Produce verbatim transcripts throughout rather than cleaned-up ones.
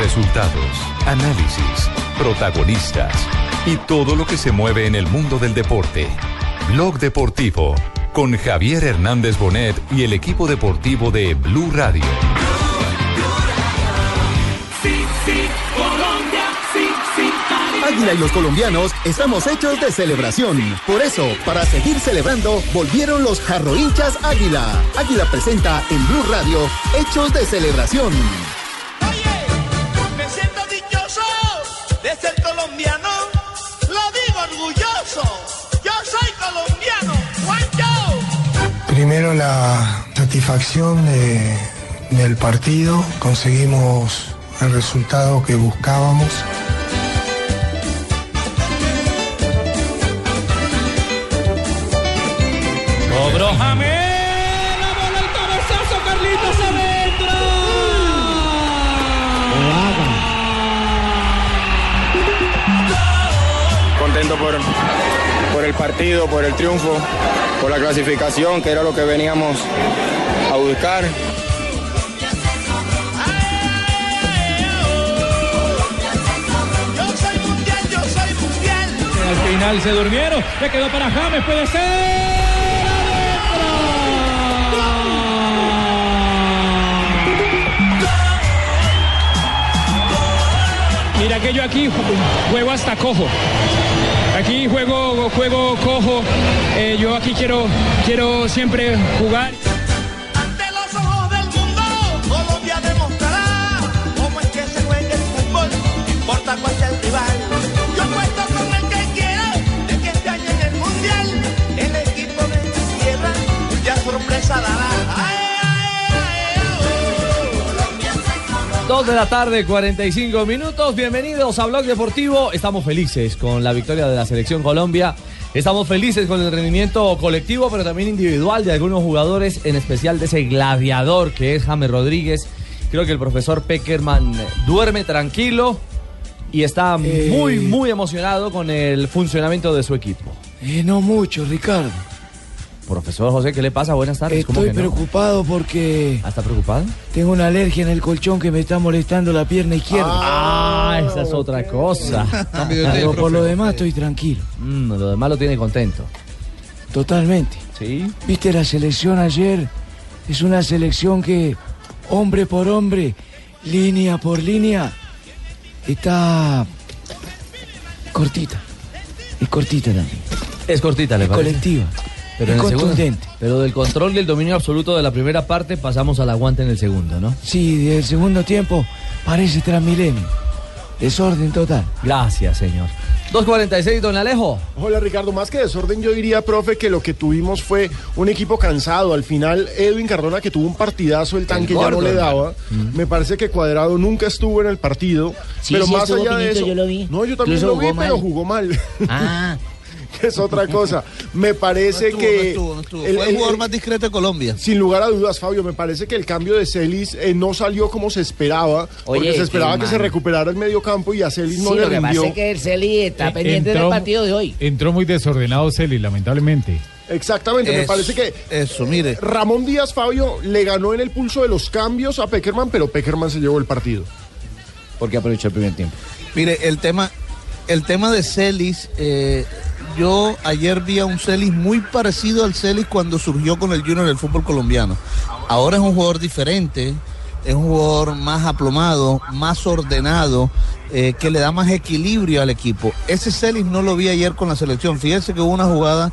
Resultados, análisis, protagonistas y todo lo que se mueve en el mundo del deporte. Blog Deportivo con Javier Hernández Bonet y el equipo deportivo de Blue Radio. Sí, sí, Colombia, sí, sí, Águila y los colombianos estamos hechos de celebración. Por eso, para seguir celebrando, volvieron los jarrohinchas Águila. Águila presenta en Blue Radio Hechos de Celebración. Oye, me siento dichoso de ser colombiano. Lo digo orgulloso. Yo soy colombiano. ¡Juancho! Primero la satisfacción de, del partido. Conseguimos el resultado que buscábamos. Cobró Jamel, la bola, el cabezazo, Carlitos adentro. Contento por, por el partido, por el triunfo, por la clasificación, que era lo que veníamos a buscar. Yo soy mundial, yo soy mundial. Al final se durmieron, le quedó para James, puede ser. Mira que yo aquí juego hasta cojo. Aquí juego, juego cojo. Eh, yo aquí quiero, quiero siempre jugar. Ante los ojos del mundo, Colombia demostrará cómo es que se juega el fútbol, no importa cuál sea el rival. Yo cuento con el que quiera, de que este año en el mundial, el equipo de mi tierra ya sorpresa dará. Ay, dos de la tarde, cuarenta y cinco minutos. Bienvenidos a Blog Deportivo. Estamos felices con la victoria de la Selección Colombia. Estamos felices con el rendimiento colectivo, pero también individual de algunos jugadores, en especial de ese gladiador que es James Rodríguez. Creo que el profesor Peckerman duerme tranquilo y está eh... muy, muy emocionado con el funcionamiento de su equipo. Eh, no mucho, Ricardo. Profesor José, ¿qué le pasa? Buenas tardes. Estoy no? preocupado porque... ¿Ah, está preocupado? Tengo una alergia en el colchón que me está molestando la pierna izquierda. Ah, ah esa es otra cosa. Pero por lo demás estoy tranquilo. Mm, lo demás lo tiene contento. Totalmente. ¿Sí? ¿Viste la selección ayer? Es una selección que, hombre por hombre, línea por línea, está cortita. Es cortita también. Es cortita, ¿le parece? Colectiva. Pero, en el segundo, pero del control y el dominio absoluto de la primera parte pasamos al aguante en el segundo, ¿no? Sí, del segundo tiempo parece Transmilenio. Desorden total. Gracias, señor. dos cuarenta y seis, don Alejo. Hola, Ricardo. Más que desorden, yo diría, profe, que lo que tuvimos fue un equipo cansado. Al final, Edwin Cardona, que tuvo un partidazo, el tanque el gordo, ya no le daba. Mm. Me parece que Cuadrado nunca estuvo en el partido. Sí, pero sí, más allá de eso... Yo lo vi. No, yo también Incluso lo vi, pero jugó mal. Ah... es otra cosa. Me parece no estuvo, que... No estuvo, no estuvo. El, Fue el jugador el, más discreto de Colombia. Sin lugar a dudas, Fabio, me parece que el cambio de Celis eh, no salió como se esperaba. Oye, porque se esperaba que man. se recuperara el medio campo y a Celis sí, no le rindió. Sí, lo que pasa es que el Celis está eh, pendiente entró, del partido de hoy. Entró muy desordenado Celis, lamentablemente. Exactamente, eso, me parece que eso, mire. Ramón Díaz, Fabio, le ganó en el pulso de los cambios a Peckerman, pero Peckerman se llevó el partido. Porque aprovechó el primer tiempo. Mire, el tema, el tema de Celis... Eh, Yo ayer vi a un Celis muy parecido al Celis cuando surgió con el Junior del fútbol colombiano. Ahora es un jugador diferente, es un jugador más aplomado, más ordenado, eh, que le da más equilibrio al equipo. Ese Celis no lo vi ayer con la selección. Fíjense que hubo una jugada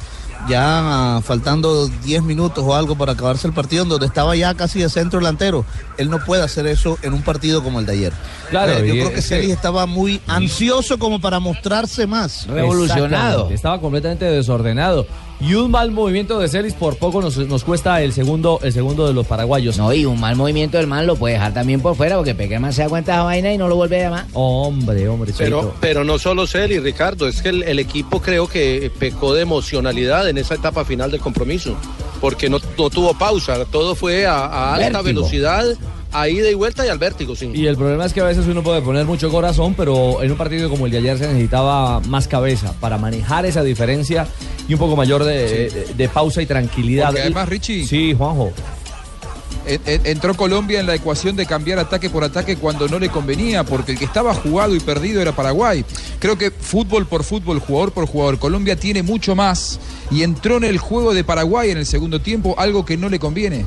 ya faltando diez minutos o algo para acabarse el partido, donde estaba ya casi de centro delantero. Él no puede hacer eso en un partido como el de ayer. Claro, eh, yo creo que Celis estaba muy ansioso como para mostrarse más. Revolucionado. Estaba completamente desordenado. Y un mal movimiento de Celis por poco nos, nos cuesta el segundo, el segundo de los paraguayos. No, y un mal movimiento del man lo puede dejar también por fuera, porque Peckerman se da cuenta de esa vaina y no lo vuelve a llamar. Hombre, hombre, pero, pero no solo Celis, Ricardo, es que el, el equipo creo que pecó de emocionalidad en esa etapa final del compromiso, porque no, no tuvo pausa, todo fue a, a alta Vértigo. velocidad. A ida y vuelta y al vértigo, sí. Y el problema es que a veces uno puede poner mucho corazón, pero en un partido como el de ayer se necesitaba más cabeza para manejar esa diferencia y un poco mayor de, sí. de, de pausa y tranquilidad. Porque además, Richie... Sí, Juanjo. entró Colombia en la ecuación de cambiar ataque por ataque cuando no le convenía, porque el que estaba jugado y perdido era Paraguay. Creo que fútbol por fútbol, jugador por jugador, Colombia tiene mucho más y entró en el juego de Paraguay en el segundo tiempo, algo que no le conviene.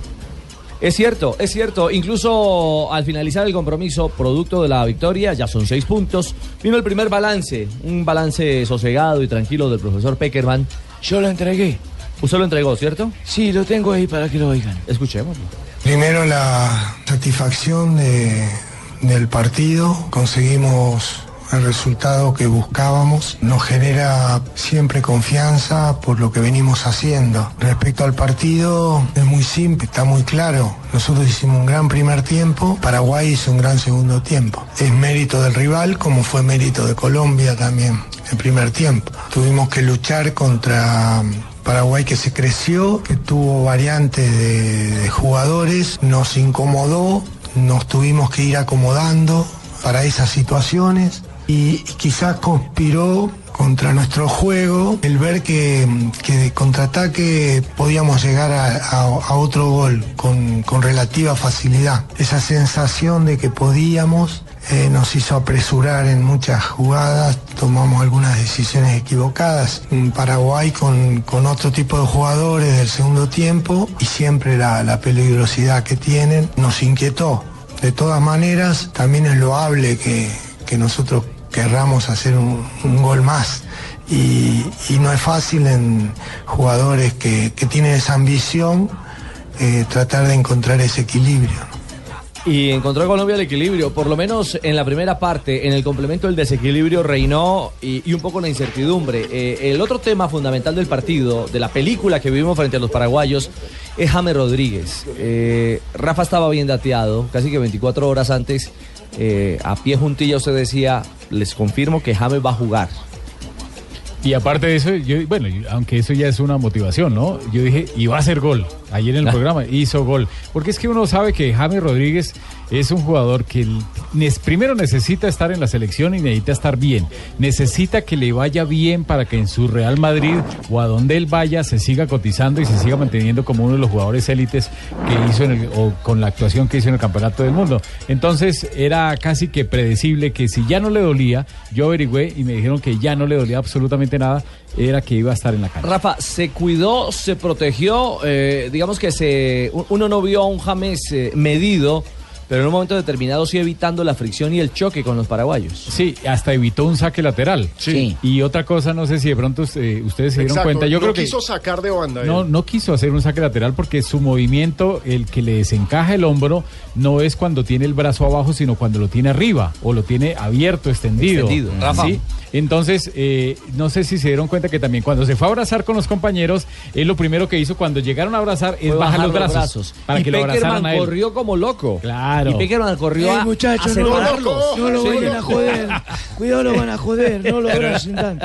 Es cierto, es cierto. Incluso al finalizar el compromiso, producto de la victoria, ya son seis puntos, vino el primer balance, un balance sosegado y tranquilo del profesor Pekerman. Yo lo entregué. ¿Usted lo entregó, cierto? Sí, lo tengo ahí para que lo oigan. Escuchémoslo. Primero la satisfacción de, del partido, conseguimos el resultado que buscábamos, nos genera siempre confianza por lo que venimos haciendo. Respecto al partido, es muy simple, está muy claro. Nosotros hicimos un gran primer tiempo, Paraguay hizo un gran segundo tiempo. Es mérito del rival como fue mérito de Colombia también, el primer tiempo. Tuvimos que luchar contra Paraguay, que se creció, que tuvo variantes de, de jugadores, nos incomodó, nos tuvimos que ir acomodando para esas situaciones y, y quizás conspiró contra nuestro juego el ver que, que de contraataque podíamos llegar a, a, a otro gol con, con relativa facilidad. Esa sensación de que podíamos eh, nos hizo apresurar en muchas jugadas, tomamos algunas decisiones equivocadas. En Paraguay con, con otro tipo de jugadores del segundo tiempo y siempre la, la peligrosidad que tienen nos inquietó. De todas maneras, también es loable que, que nosotros querramos hacer un, un gol más y, y no es fácil en jugadores que, que tienen esa ambición eh, tratar de encontrar ese equilibrio. Y encontró Colombia el equilibrio, por lo menos en la primera parte, en el complemento el desequilibrio reinó y, y un poco la incertidumbre. Eh, el otro tema fundamental del partido, de la película que vivimos frente a los paraguayos, es James Rodríguez. Eh, Rafa estaba bien dateado, casi que veinticuatro horas antes, eh, a pie juntilla usted decía, les confirmo que James va a jugar. Y aparte de eso, yo, bueno, aunque eso ya es una motivación, ¿no? Yo dije, y va a hacer gol. Ayer en el programa hizo gol. Porque es que uno sabe que James Rodríguez es un jugador que primero necesita estar en la selección y necesita estar bien. Necesita que le vaya bien para que en su Real Madrid o a donde él vaya se siga cotizando y se siga manteniendo como uno de los jugadores élites que hizo en el, o con la actuación que hizo en el Campeonato del Mundo. Entonces era casi que predecible que si ya no le dolía, yo averigüé y me dijeron que ya no le dolía absolutamente nada, era que iba a estar en la cancha. Rafa, se cuidó, se protegió, eh, digamos que se uno no vio a un James eh, medido, pero en un momento determinado sí evitando la fricción y el choque con los paraguayos. Sí, hasta evitó un saque lateral. Sí. Y otra cosa, no sé si de pronto eh, ustedes se dieron Exacto, cuenta. Yo no creo que quiso sacar de banda. No, no quiso hacer un saque lateral porque su movimiento, el que le desencaja el hombro, no es cuando tiene el brazo abajo, sino cuando lo tiene arriba o lo tiene abierto, extendido. Extendido. Rafa. ¿Sí? Entonces, eh, no sé si se dieron cuenta que también cuando se fue a abrazar con los compañeros, él lo primero que hizo cuando llegaron a abrazar es bajar los brazos, brazos. para y que lo abrazaran a él. corrió como loco. Claro. Y Pekerman corrió Ey, a, muchachos, a no, separarlos. no lo vayan a joder. Cuidado, lo van a joder. No lo Pero- abracen tanto.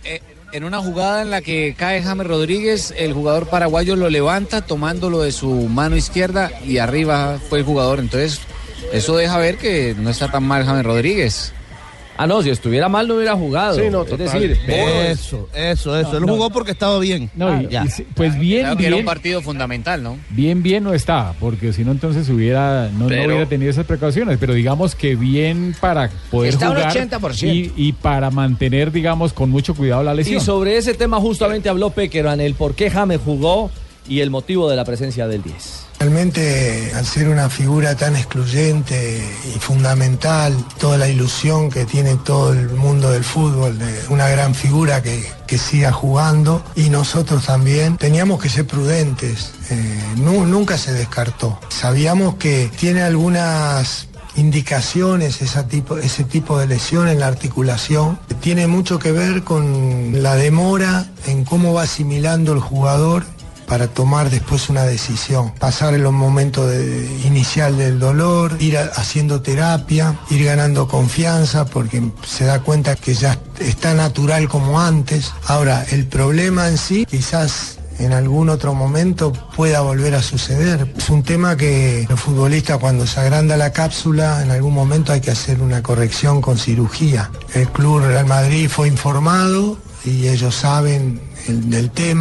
En una jugada en la que cae James Rodríguez, el jugador paraguayo lo levanta tomándolo de su mano izquierda y arriba fue el jugador. Entonces, eso deja ver que no está tan mal James Rodríguez. Ah, no, si estuviera mal no hubiera jugado. Sí, no, es total. decir, Eso, eso, eso. Él jugó porque estaba bien. No, Ah, y- ya. y sí, pues bien, Creo que era un bien, partido fundamental, ¿no? bien, bien no estaba, porque si no entonces hubiera, no, no Pero- hubiera tenido esas precauciones, pero digamos que bien para poder Está un jugar ochenta por ciento. y, y para mantener, digamos, con mucho cuidado la lesión. y sobre ese tema justamente habló Pekerman, el por qué James jugó y el motivo de la presencia del diez. Realmente, al ser una figura tan excluyente y fundamental, toda la ilusión que tiene todo el mundo del fútbol, de una gran figura que, que siga jugando, y nosotros también teníamos que ser prudentes, eh, nu- nunca se descartó. Sabíamos que tiene algunas indicaciones, esa tipo, ese tipo de lesión en la articulación, tiene mucho que ver con la demora en cómo va asimilando el jugador para tomar después una decisión, pasar en los momentos de- inicial del dolor, ir a- haciendo terapia, ir ganando confianza porque se da cuenta que ya está natural como antes. Ahora, el problema en sí, quizás en algún otro momento pueda volver a suceder. Es un tema que los futbolistas, cuando se agranda la cápsula, en algún momento hay que hacer una corrección con cirugía. El club Real Madrid fue informado y ellos saben el- del tema.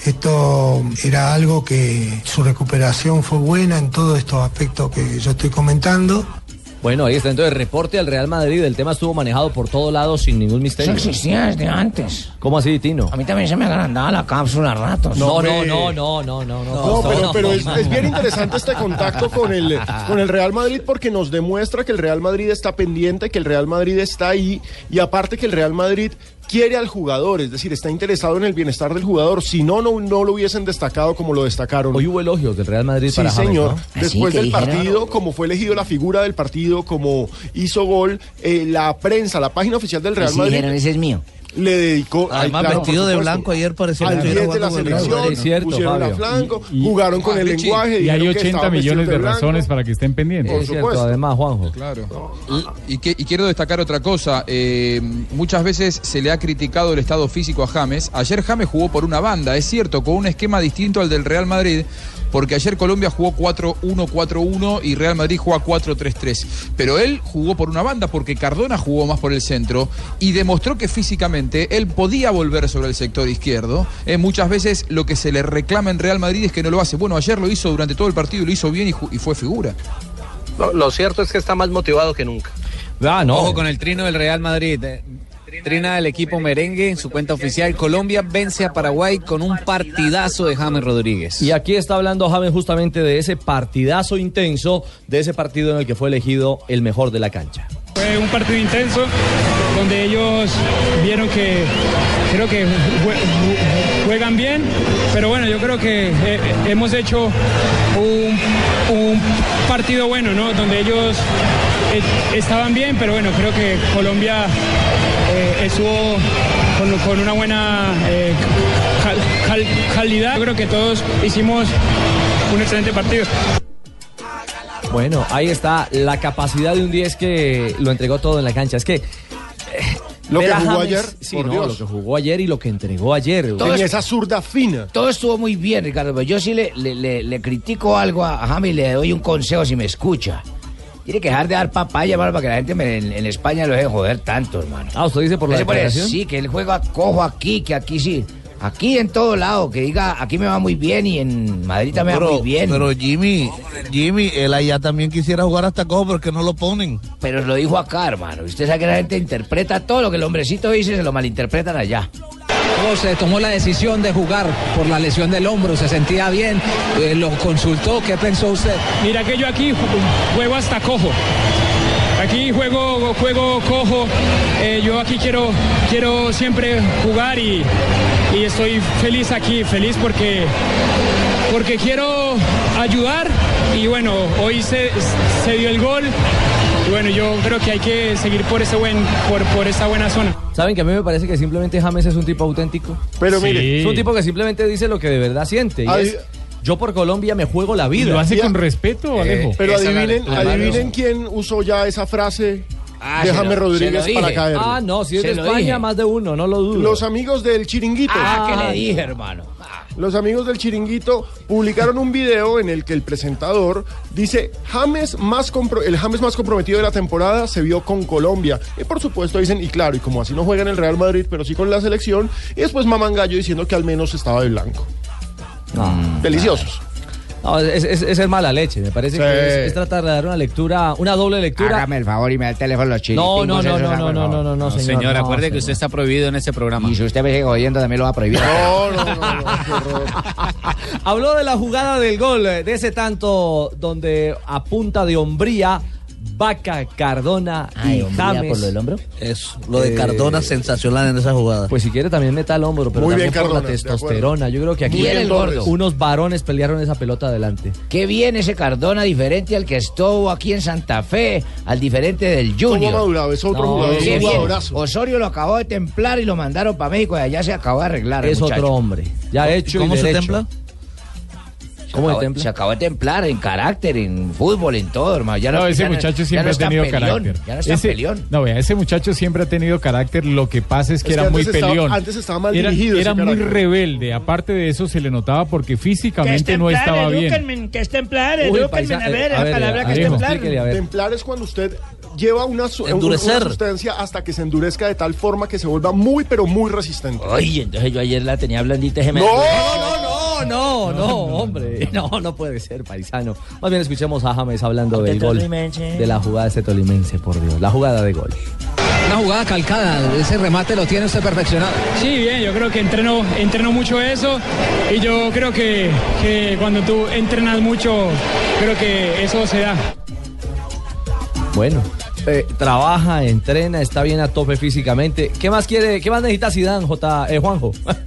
Esto era algo que su recuperación fue buena en todos estos aspectos que yo estoy comentando. Bueno, ahí está entonces el reporte al Real Madrid. El tema estuvo manejado por todos lados sin ningún misterio. Eso existía desde antes. ¿Cómo así, Tino? A mí también se me agrandaba la cápsula a ratos. No, no, no, no, no, no, no. No, pero, pero es, es bien interesante este contacto con el, con el Real Madrid porque nos demuestra que el Real Madrid está pendiente, que el Real Madrid está ahí y aparte que el Real Madrid quiere al jugador, es decir, está interesado en el bienestar del jugador. Si no, no, no lo hubiesen destacado como lo destacaron. Hoy hubo elogios del Real Madrid sí, para James, señor. ¿no? Después del dijeron, partido, como fue elegido la figura del partido, como hizo gol, eh, la prensa, la página oficial del Real sí, Madrid... dijeron, ese es mío. Le dedicó además claro, vestido de blanco ayer parecía al que diez de la selección, cierto, pusieron Fabio. a flanco, Y- y- jugaron con ah, el Richie, lenguaje y hay dijeron que ochenta estaban millones de vestidos blanco. razones para que estén pendientes. Por Es cierto, supuesto. además, Juanjo. Claro. Y, y que- y quiero destacar otra cosa. eh, muchas veces se le ha criticado el estado físico a James. Ayer James jugó por una banda, es cierto, con un esquema distinto al del Real Madrid, porque ayer Colombia jugó cuatro uno cuatro uno y Real Madrid juega cuatro tres tres. Pero él jugó por una banda porque Cardona jugó más por el centro y demostró que físicamente él podía volver sobre el sector izquierdo. Eh, muchas veces lo que se le reclama en Real Madrid es que no lo hace. Bueno, ayer lo hizo durante todo el partido, lo hizo bien y, ju- y fue figura. Lo, lo cierto es que está más motivado que nunca. Ah, no. Ojo con el trino del Real Madrid. eh. Trina del equipo merengue en su cuenta oficial. Colombia vence a Paraguay con un partidazo de James Rodríguez. Y aquí está hablando James justamente de ese partidazo intenso, de ese partido en el que fue elegido el mejor de la cancha. Fue un partido intenso donde ellos vieron que creo que jue- juegan bien, pero bueno, yo creo que eh, hemos hecho un, un partido bueno, ¿no? Donde ellos eh, estaban bien, pero bueno, creo que Colombia eh, estuvo con, con una buena eh, cal- cal- calidad. Yo creo que todos hicimos un excelente partido. Bueno, ahí está la capacidad de un diez que lo entregó todo en la cancha. Es que... eh, Lo ver que a jugó James- ayer, sí, por no, Dios. lo que jugó ayer y lo que entregó ayer. Todo En es- esa zurda fina. Todo estuvo muy bien, Ricardo, pero yo sí le, le, le, le critico algo a James y le doy un consejo si me escucha. Tiene que dejar de dar papaya, hermano, para que la gente me- en, en España lo deje joder tanto, hermano. Ah, ¿usted dice por la Ese pone, declaración? sí, que él juega cojo aquí, que aquí sí. Aquí en todo lado, que diga, aquí me va muy bien y en Madrid también me va Pero, muy bien. pero Jimmy, Jimmy, él allá también quisiera jugar hasta cojo porque no lo ponen. Pero lo dijo acá, hermano. Usted sabe que la gente interpreta todo lo que el hombrecito dice, se lo malinterpretan allá. Se tomó la decisión de jugar por la lesión del hombro, se sentía bien, eh, lo consultó, ¿qué pensó usted? Mira que yo aquí ju- juego hasta cojo. Aquí juego, juego cojo. Eh, yo aquí quiero, quiero siempre jugar y, y estoy feliz aquí, feliz porque, porque quiero ayudar. Y bueno, hoy se, se dio el gol. Y bueno, yo creo que hay que seguir por ese buen, por, por esa buena zona. ¿Saben que a mí me parece que simplemente James es un tipo auténtico? Pero mire, Es un tipo que simplemente dice lo que de verdad siente. Y Ay, es, yo por Colombia me juego la vida. ¿Lo hace Ya. con respeto, Alejo? pero Esa es la adivinen, lectura, adivinen Mario. quién usó ya esa frase Ah, de se James lo- Rodríguez se lo para dije. caer. Ah, no, si es Se de lo España, dije. más de uno, no lo dudo. Los amigos del Chiringuito. Ah, que le dije, hermano. Los amigos del Chiringuito publicaron un video en el que el presentador dice James más compro- el James más comprometido de la temporada se vio con Colombia. Y por supuesto dicen, y claro, y como así no juega en el Real Madrid, pero sí con la selección, y después maman gallo diciendo que al menos estaba de blanco. Deliciosos. No, es, es, es ser mala leche, me parece Sí. que es, es tratar de dar una lectura, una doble lectura. Hágame el favor y me da el teléfono a los No, chiripincos. no, no, esos, no, hágame no, el no, favor. no, no, no, No, señor. señor, no, acuerde que señor. usted está prohibido en este programa. Y si usted me sigue jodiendo, también lo va a prohibir. No, no, no, no, qué horror. Habló de la jugada del gol, de ese tanto donde a punta de hombría, Vaca, Cardona y James. por lo del hombro? Eso, lo de Eh, Cardona sensacional en esa jugada. Pues si quiere también meta el hombro, pero Muy también bien, por la Cardona, de testosterona. Yo creo que aquí Bien el gordo. unos varones pelearon esa pelota adelante. Qué bien ese Cardona, diferente al que estuvo aquí en Santa Fe, al diferente del ¿Cómo ha Junior. madurado? Es otro No, jugador, Qué es un bien. jugadorazo. Osorio lo acabó de templar y lo mandaron para México y allá se acabó de arreglar. el Es muchacho. otro hombre, ya hecho ¿Cómo y se derecho. templa? ¿Cómo acabó- se templa? Se acabó de templar en carácter, en fútbol, en todo, hermano. Ya No, ese ya muchacho ya siempre no ha es tan tenido peleón, carácter. Ya no es tan Ese- peleón. no, vea, ese muchacho siempre ha tenido carácter. Lo que pasa es que Es que era muy antes estaba- peleón. antes estaba mal era dirigido ese era muy carácter. rebelde. Aparte de eso, se le notaba porque físicamente no estaba bien. Que es templar, Uy, edúquenme, paisa- a ver, a la ver, palabra que es Alejo, templar. explíquele, a ver. Templar es cuando usted lleva una, su Endurecer. una sustancia hasta que se endurezca de tal forma que se vuelva muy, pero muy resistente. Oye, entonces yo ayer la tenía blandita. No, no, no, no, no, hombre. No, no puede ser, paisano. Más bien escuchemos a James hablando del gol. De la jugada de este tolimense, por Dios. La jugada de gol. Una jugada calcada, ese remate lo tiene usted perfeccionado. Sí, bien, yo creo que entreno, entreno mucho eso y yo creo que, que cuando tú entrenas mucho, creo que eso se da. Bueno, eh, trabaja, entrena, está bien a tope físicamente. ¿Qué más quiere, qué más necesita Zidane, J, eh, Juanjo?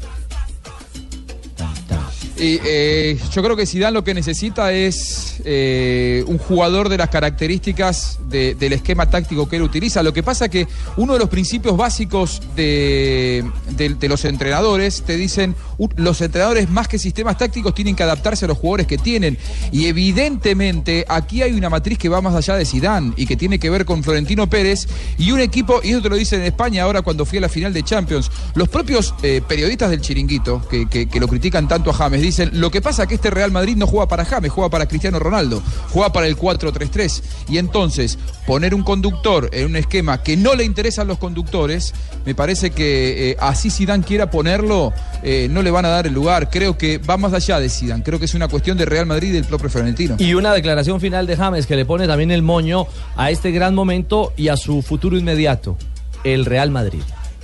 Y eh, yo creo que Zidane lo que necesita es eh, un jugador de las características de, del esquema táctico que él utiliza. Lo que pasa que uno de los principios básicos de, de, de los entrenadores te dicen, uh, los entrenadores más que sistemas tácticos tienen que adaptarse a los jugadores que tienen. Y evidentemente aquí hay una matriz que va más allá de Zidane y que tiene que ver con Florentino Pérez y un equipo, y eso te lo dicen en España ahora cuando fui a la final de Champions, los propios eh, periodistas del Chiringuito que, que, que lo critican tanto a James dicen, lo que pasa es que este Real Madrid no juega para James, juega para Cristiano Ronaldo, juega para el cuatro tres tres, y entonces poner un conductor en un esquema que no le interesan los conductores, me parece que eh, así Zidane quiera ponerlo, eh, no le van a dar el lugar. Creo que va más allá de Zidane, creo que es una cuestión de Real Madrid y del propio Florentino. Y una declaración final de James que le pone también el moño a este gran momento y a su futuro inmediato, el Real Madrid.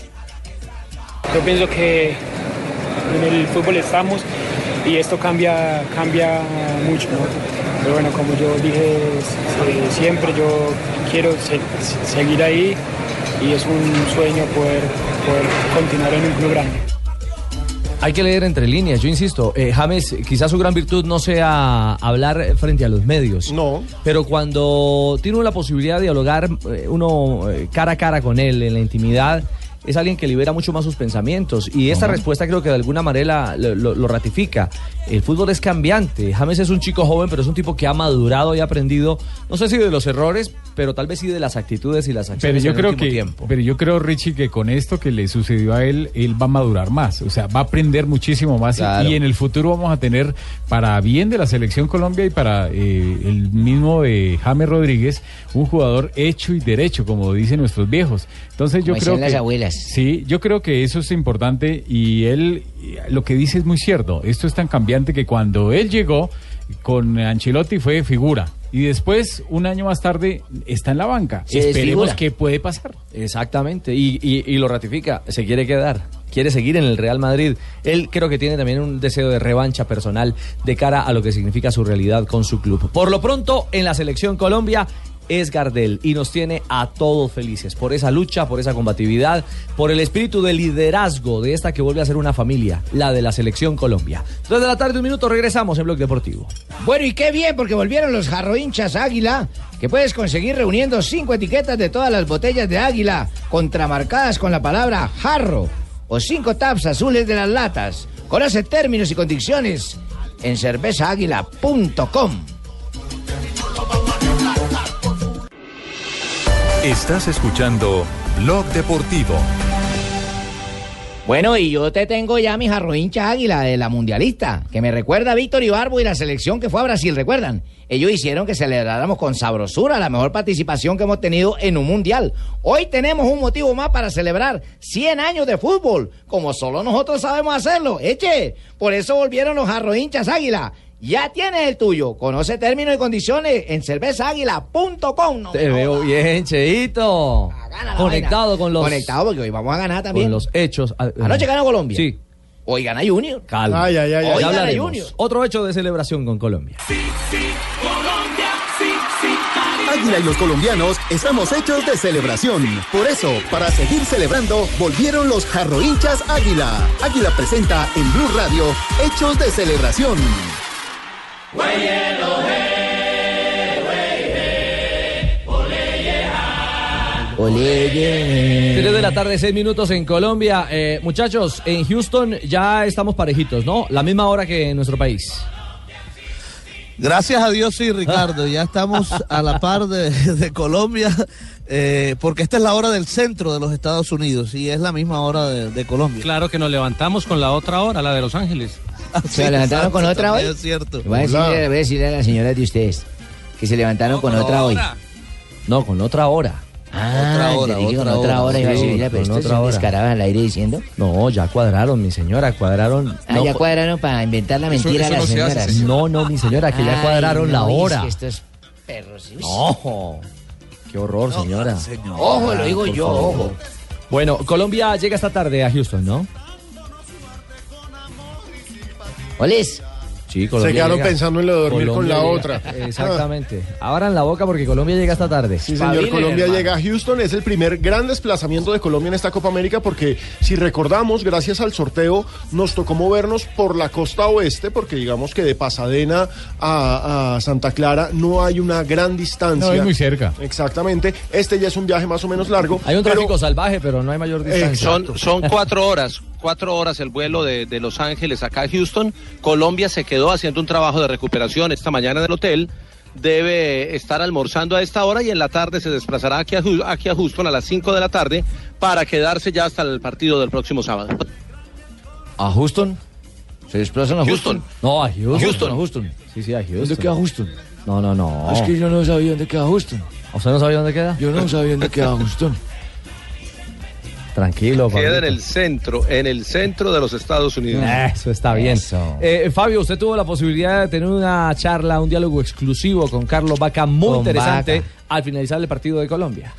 Yo pienso que en el fútbol estamos y esto cambia, cambia mucho, ¿no? Pero bueno, como yo dije eh, siempre, yo quiero se seguir ahí y es un sueño poder, poder continuar en un club grande. Hay que leer entre líneas, yo insisto, eh, James, quizás su gran virtud no sea hablar frente a los medios. No. Pero cuando tiene la posibilidad de dialogar eh, uno eh, cara a cara con él en la intimidad, es alguien que libera mucho más sus pensamientos. Y esta uh-huh. respuesta creo que de alguna manera lo, lo, lo ratifica. El fútbol es cambiante. James es un chico joven, pero es un tipo que ha madurado y ha aprendido, no sé si de los errores, pero tal vez sí de las actitudes y las acciones pero yo en creo el último que, tiempo. Pero yo creo, Richie, que con esto que le sucedió a él, él va a madurar más. O sea, va a aprender muchísimo más. Claro. Y en el futuro vamos a tener, para bien de la Selección Colombia y para eh, el mismo de James Rodríguez, un jugador hecho y derecho, como dicen nuestros viejos. Entonces yo como creo que... las abuelas. Sí, yo creo que eso es importante y él, lo que dice es muy cierto. Esto es tan cambiante que cuando él llegó con Ancelotti fue figura. Y después, un año más tarde, está en la banca. Se Esperemos desfigura. qué puede pasar. Exactamente, y, y, y lo ratifica, se quiere quedar, quiere seguir en el Real Madrid. Él creo que tiene también un deseo de revancha personal de cara a lo que significa su realidad con su club. Por lo pronto, en la Selección Colombia es Gardel y nos tiene a todos felices por esa lucha, por esa combatividad, por el espíritu de liderazgo de esta que vuelve a ser una familia, la de la Selección Colombia. Dos de la tarde, un minuto, regresamos en Blog Deportivo. Bueno, y qué bien, porque volvieron los jarrohinchas Águila, que puedes conseguir reuniendo cinco etiquetas de todas las botellas de Águila, contramarcadas con la palabra jarro, o cinco taps azules de las latas. Conoce términos y condiciones en cerveza águila punto com. Estás escuchando Blog Deportivo. Bueno, y yo te tengo ya mi jarrohincha Águila de la Mundialista, que me recuerda a Víctor Ibarbo y la selección que fue a Brasil, ¿recuerdan? Ellos hicieron que celebráramos con sabrosura la mejor participación que hemos tenido en un Mundial. Hoy tenemos un motivo más para celebrar cien años de fútbol, como solo nosotros sabemos hacerlo. Eche, por eso volvieron los jarrohinchas Águila. Ya tienes el tuyo. Conoce términos y condiciones en cerveza águila punto com. No, Te no, veo no. bien, Cheito. Conectado vaina. con los... Conectado porque hoy vamos a ganar también. Con los hechos. Anoche ganó Colombia. Sí. Hoy gana Junior. Calma. Ay, ay, ay, Hoy Ya gana hablaremos. Junior. Otro hecho de celebración con Colombia. Sí, sí, Colombia, sí, sí, Águila y los colombianos estamos hechos de celebración. Por eso, para seguir celebrando, volvieron los jarrohinchas Águila. Águila presenta en Blue Radio Hechos de Celebración. tres de la tarde, seis minutos en Colombia. Eh, muchachos, en Houston ya estamos parejitos, ¿no? La misma hora que en nuestro país. Gracias a Dios, sí, Ricardo. Ya estamos a la par de, de Colombia, eh, porque esta es la hora del centro de los Estados Unidos y es la misma hora de, de Colombia. Claro que nos levantamos con la otra hora, la de Los Ángeles. ¿Se levantaron con otra hoy? Es cierto. Voy a, decirle, voy a decirle a las señoras de ustedes que se levantaron con otra hoy. No, con otra hora. Ah, Otra hora, entendí que otra con otra hora, hora iba a sí, decir, mira, pero con esto otra se hora. descaraba al aire diciendo. No, ya cuadraron, mi señora, cuadraron. Ah, no, ya cuadraron para inventar la Eso- mentira eso a las no se hace, señoras. señor. No, no, mi señora, que ya Ay, cuadraron no, la y es hora. que estos perros, ¿sí? No, qué horror, señora. Ojo, lo digo Por yo, favor. ojo. Bueno, Colombia llega esta tarde a Houston, ¿no? Olis. Sí, Se quedaron pensando en lo de dormir con la llega- otra. Exactamente. Abran la boca porque Colombia llega esta tarde. Sí, señor, Colombia llega a Houston, es el primer gran desplazamiento de Colombia en esta Copa América porque si recordamos, gracias al sorteo nos tocó movernos por la costa oeste porque digamos que de Pasadena a, a Santa Clara no hay una gran distancia. No, es muy cerca. Exactamente, este ya es un viaje más o menos largo. Hay un pero- tráfico salvaje, pero no hay mayor distancia. Son, son cuatro horas, cuatro horas el vuelo de, de Los Ángeles acá a Houston. Colombia se quedó haciendo un trabajo de recuperación esta mañana en el hotel. Debe estar almorzando a esta hora y en la tarde se desplazará aquí a, Hu- aquí a Houston a las cinco de la tarde para quedarse ya hasta el partido del próximo sábado. ¿A Houston? ¿Se desplazan a Houston? Houston. No, a Houston. Houston. A Houston. Sí, sí, a Houston. ¿Dónde queda Houston? No, no, no. Es que yo no sabía dónde queda Houston. ¿Usted no sabía dónde queda? Yo no sabía dónde queda Houston. Tranquilo, Queda en Pablito. el centro, en el centro de los Estados Unidos. Eso está bien. Eh, Fabio, usted tuvo la posibilidad de tener una charla, un diálogo exclusivo con Carlos Vaca, muy Con interesante, Vaca. al finalizar el partido de Colombia.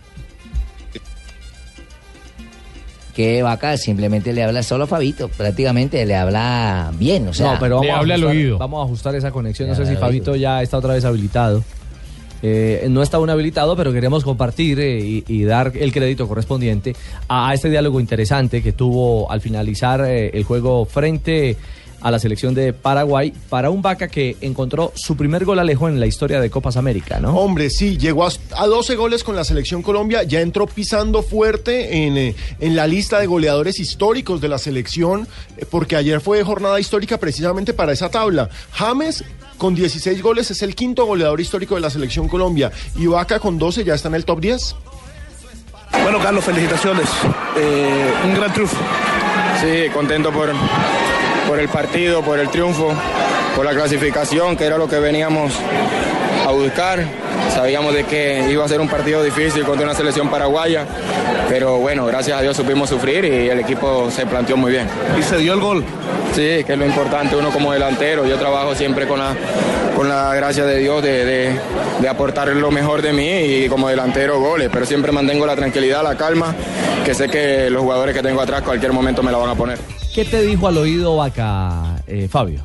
Que Vaca simplemente le habla solo a Fabito, prácticamente le habla bien, o sea. no, pero vamos, le a habla al ajustar, oído. vamos a ajustar esa conexión. No Le sé si habla al Fabito oído. ya está otra vez habilitado. Eh, no está aún habilitado, pero queremos compartir eh, y, y dar el crédito correspondiente a, a este diálogo interesante que tuvo al finalizar eh, el juego frente a la selección de Paraguay para un Vaca que encontró su primer gol Alejo en la historia de Copas América, ¿no? Hombre, sí, llegó a, a doce goles con la selección Colombia, ya entró pisando fuerte en, eh, en la lista de goleadores históricos de la selección, eh, porque ayer fue jornada histórica precisamente para esa tabla. James con dieciséis goles es el quinto goleador histórico de la selección Colombia y Vaca con doce ya está en el top diez. Bueno, Carlos, felicitaciones. Eh, un gran triunfo. Sí, contento por, por el partido, por el triunfo, por la clasificación, que era lo que veníamos a buscar. Sabíamos de que iba a ser un partido difícil contra una selección paraguaya, pero bueno, gracias a Dios supimos sufrir y el equipo se planteó muy bien. Y se dio el gol. Sí, que es lo importante, uno como delantero, yo trabajo siempre con la, con la gracia de Dios de, de, de aportar lo mejor de mí y como delantero goles, pero siempre mantengo la tranquilidad, la calma, que sé que los jugadores que tengo atrás cualquier momento me la van a poner. ¿Qué te dijo al oído Vaca, eh, Fabio?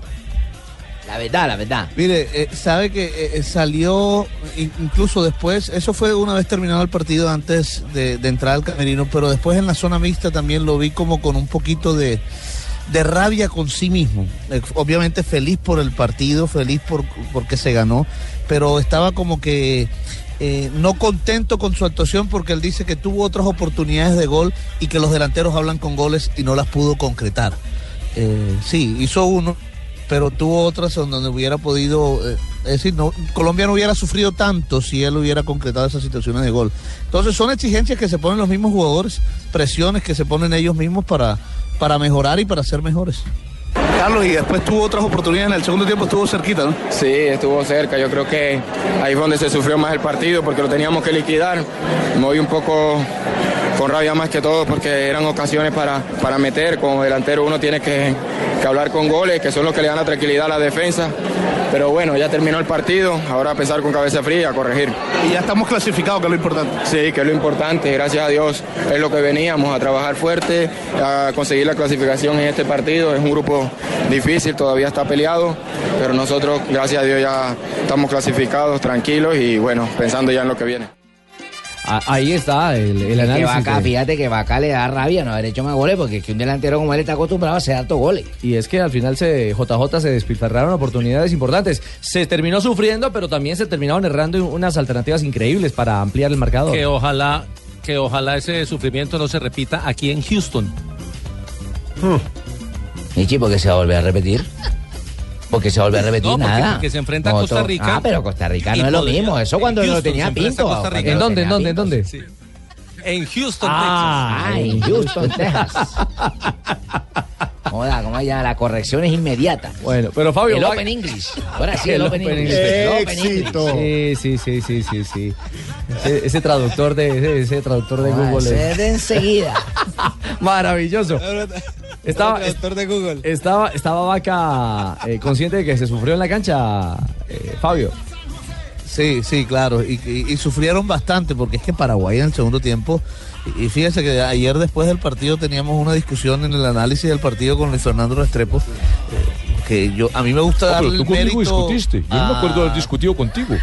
La verdad, la verdad. Mire, eh, sabe que eh, salió in- incluso después, eso fue una vez terminado el partido antes de, de entrar al camerino, pero después en la zona mixta también lo vi como con un poquito de, de rabia con sí mismo. Eh, obviamente feliz por el partido, feliz por porque se ganó, pero estaba como que eh, no contento con su actuación porque él dice que tuvo otras oportunidades de gol y que los delanteros hablan con goles y no las pudo concretar. Eh, sí, hizo uno, pero tuvo otras en donde hubiera podido, eh, es decir, no, Colombia no hubiera sufrido tanto si él hubiera concretado esas situaciones de gol. Entonces son exigencias que se ponen los mismos jugadores, presiones que se ponen ellos mismos para, para mejorar y para ser mejores. Carlos, y después tuvo otras oportunidades, en el segundo tiempo estuvo cerquita, ¿no? Sí, estuvo cerca, yo creo que ahí fue donde se sufrió más el partido porque lo teníamos que liquidar. Me voy un poco con rabia más que todo porque eran ocasiones para, para meter. Como delantero uno tiene que, que hablar con goles, que son los que le dan la tranquilidad a la defensa. Pero bueno, ya terminó el partido, ahora a pensar con cabeza fría, a corregir. Y ya estamos clasificados, que es lo importante. Sí, que es lo importante, gracias a Dios es lo que veníamos, a trabajar fuerte, a conseguir la clasificación en este partido. Es un grupo difícil, todavía está peleado, pero nosotros, gracias a Dios, ya estamos clasificados, tranquilos y bueno, pensando ya en lo que viene. Ah, ahí está el, el análisis. Que Vaca, de- fíjate que Vaca le da rabia no haber hecho más goles porque es que un delantero como él está acostumbrado a hacer hartos goles. Y es que al final se J J se despilfarraron oportunidades importantes. Se terminó sufriendo, pero también se terminaron errando unas alternativas increíbles para ampliar el marcador. Que ojalá, que ojalá ese sufrimiento no se repita aquí en Houston. ¿Y chico, porque se va a volver a repetir? Porque se va a volver a repetir No, porque- nada. porque se enfrenta a No, Costa to- Rica. Ah, pero Costa Rica Y no es lo podría- mismo. Eso cuando en no Houston tenía se enfrenta pinto. a Costa Rica. cuando ¿En no dónde, en tenía dónde, en pinto. dónde? En Houston, Ah, Ah, en Houston, Texas. Joda, ¿cómo se llama? La corrección es inmediata. Bueno, pero Fabio... El va... Open English. Ahora sí, el, el Open, Open English. English. Éxito. Sí, sí, sí, sí, sí, sí. Ese, ese traductor de, ese, ese traductor de ah, Google. Es de enseguida. Maravilloso. Estaba, traductor de Google. Estaba, estaba Vaca eh, consciente de que se sufrió en la cancha, eh, Fabio. Sí, sí, claro, y, y, y sufrieron bastante porque es que Paraguay en el segundo tiempo, y, y fíjense que ayer después del partido teníamos una discusión en el análisis del partido con Luis Fernando Restrepo, eh, que yo a mí me gusta darle el mérito. Discutiste, yo no me acuerdo de haber discutido contigo.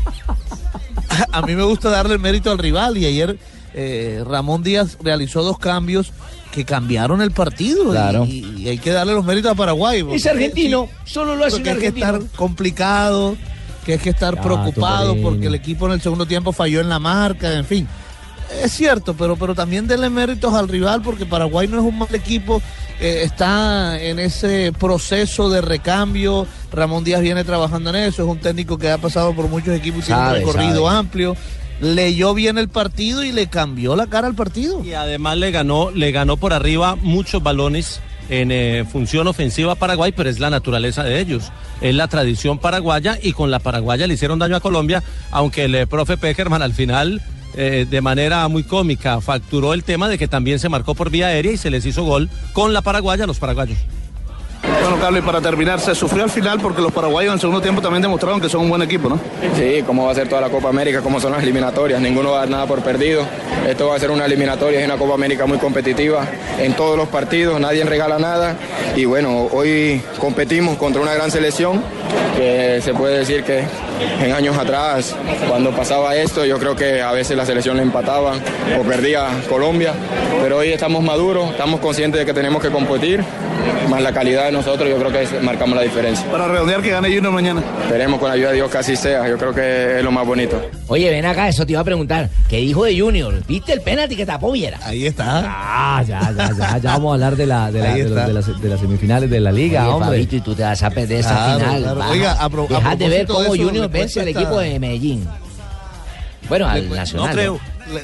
A mí me gusta darle el mérito al rival y ayer eh, Ramón Díaz realizó dos cambios que cambiaron el partido, claro. y, y hay que darle los méritos a Paraguay. Es argentino, sí, solo lo hace un argentino. Hay que estar complicado, que hay que estar ya, preocupado porque el equipo en el segundo tiempo falló en la marca, en fin. Es cierto, pero, pero también denle méritos al rival porque Paraguay no es un mal equipo, eh, está en ese proceso de recambio, Ramón Díaz viene trabajando en eso, es un técnico que ha pasado por muchos equipos y tiene un recorrido sabe. amplio. Leyó bien el partido y le cambió la cara al partido. Y además le ganó, le ganó por arriba muchos balones en eh, función ofensiva a Paraguay, pero es la naturaleza de ellos, es la tradición paraguaya y con la paraguaya le hicieron daño a Colombia, aunque el eh, profe Peckerman al final eh, de manera muy cómica facturó el tema de que también se marcó por vía aérea y se les hizo gol con la paraguaya a los paraguayos. Bueno, Carlos, y para terminar, se sufrió al final porque los paraguayos en el segundo tiempo también demostraron que son un buen equipo, ¿no? Sí, como va a ser toda la Copa América, como son las eliminatorias, ninguno va a dar nada por perdido. Esto va a ser una eliminatoria, es una Copa América muy competitiva en todos los partidos, nadie regala nada. Y bueno, hoy competimos contra una gran selección que se puede decir que en años atrás, cuando pasaba esto, yo creo que a veces la selección le empataba o perdía Colombia, pero hoy estamos maduros, estamos conscientes de que tenemos que competir, más la calidad de nosotros, yo creo que marcamos la diferencia. Para redondear, que gane Junior mañana. Esperemos con la ayuda de Dios que así sea, yo creo que es lo más bonito. Oye, ven acá, eso te iba a preguntar, ¿qué dijo de Junior? ¿Viste el penalti que tapó Viera? Ahí está. Ah, ya, ya, ya, ya vamos a hablar de, la, de, la, de, los, de, las, de las semifinales de la Liga, Oye, hombre. Fabito, y tú te vas a perder esa claro, final. Claro. Oiga, a pro, Dejad a de ver cómo eso, Junior vence al equipo de Medellín. Bueno, al le, Nacional. No creo. Le,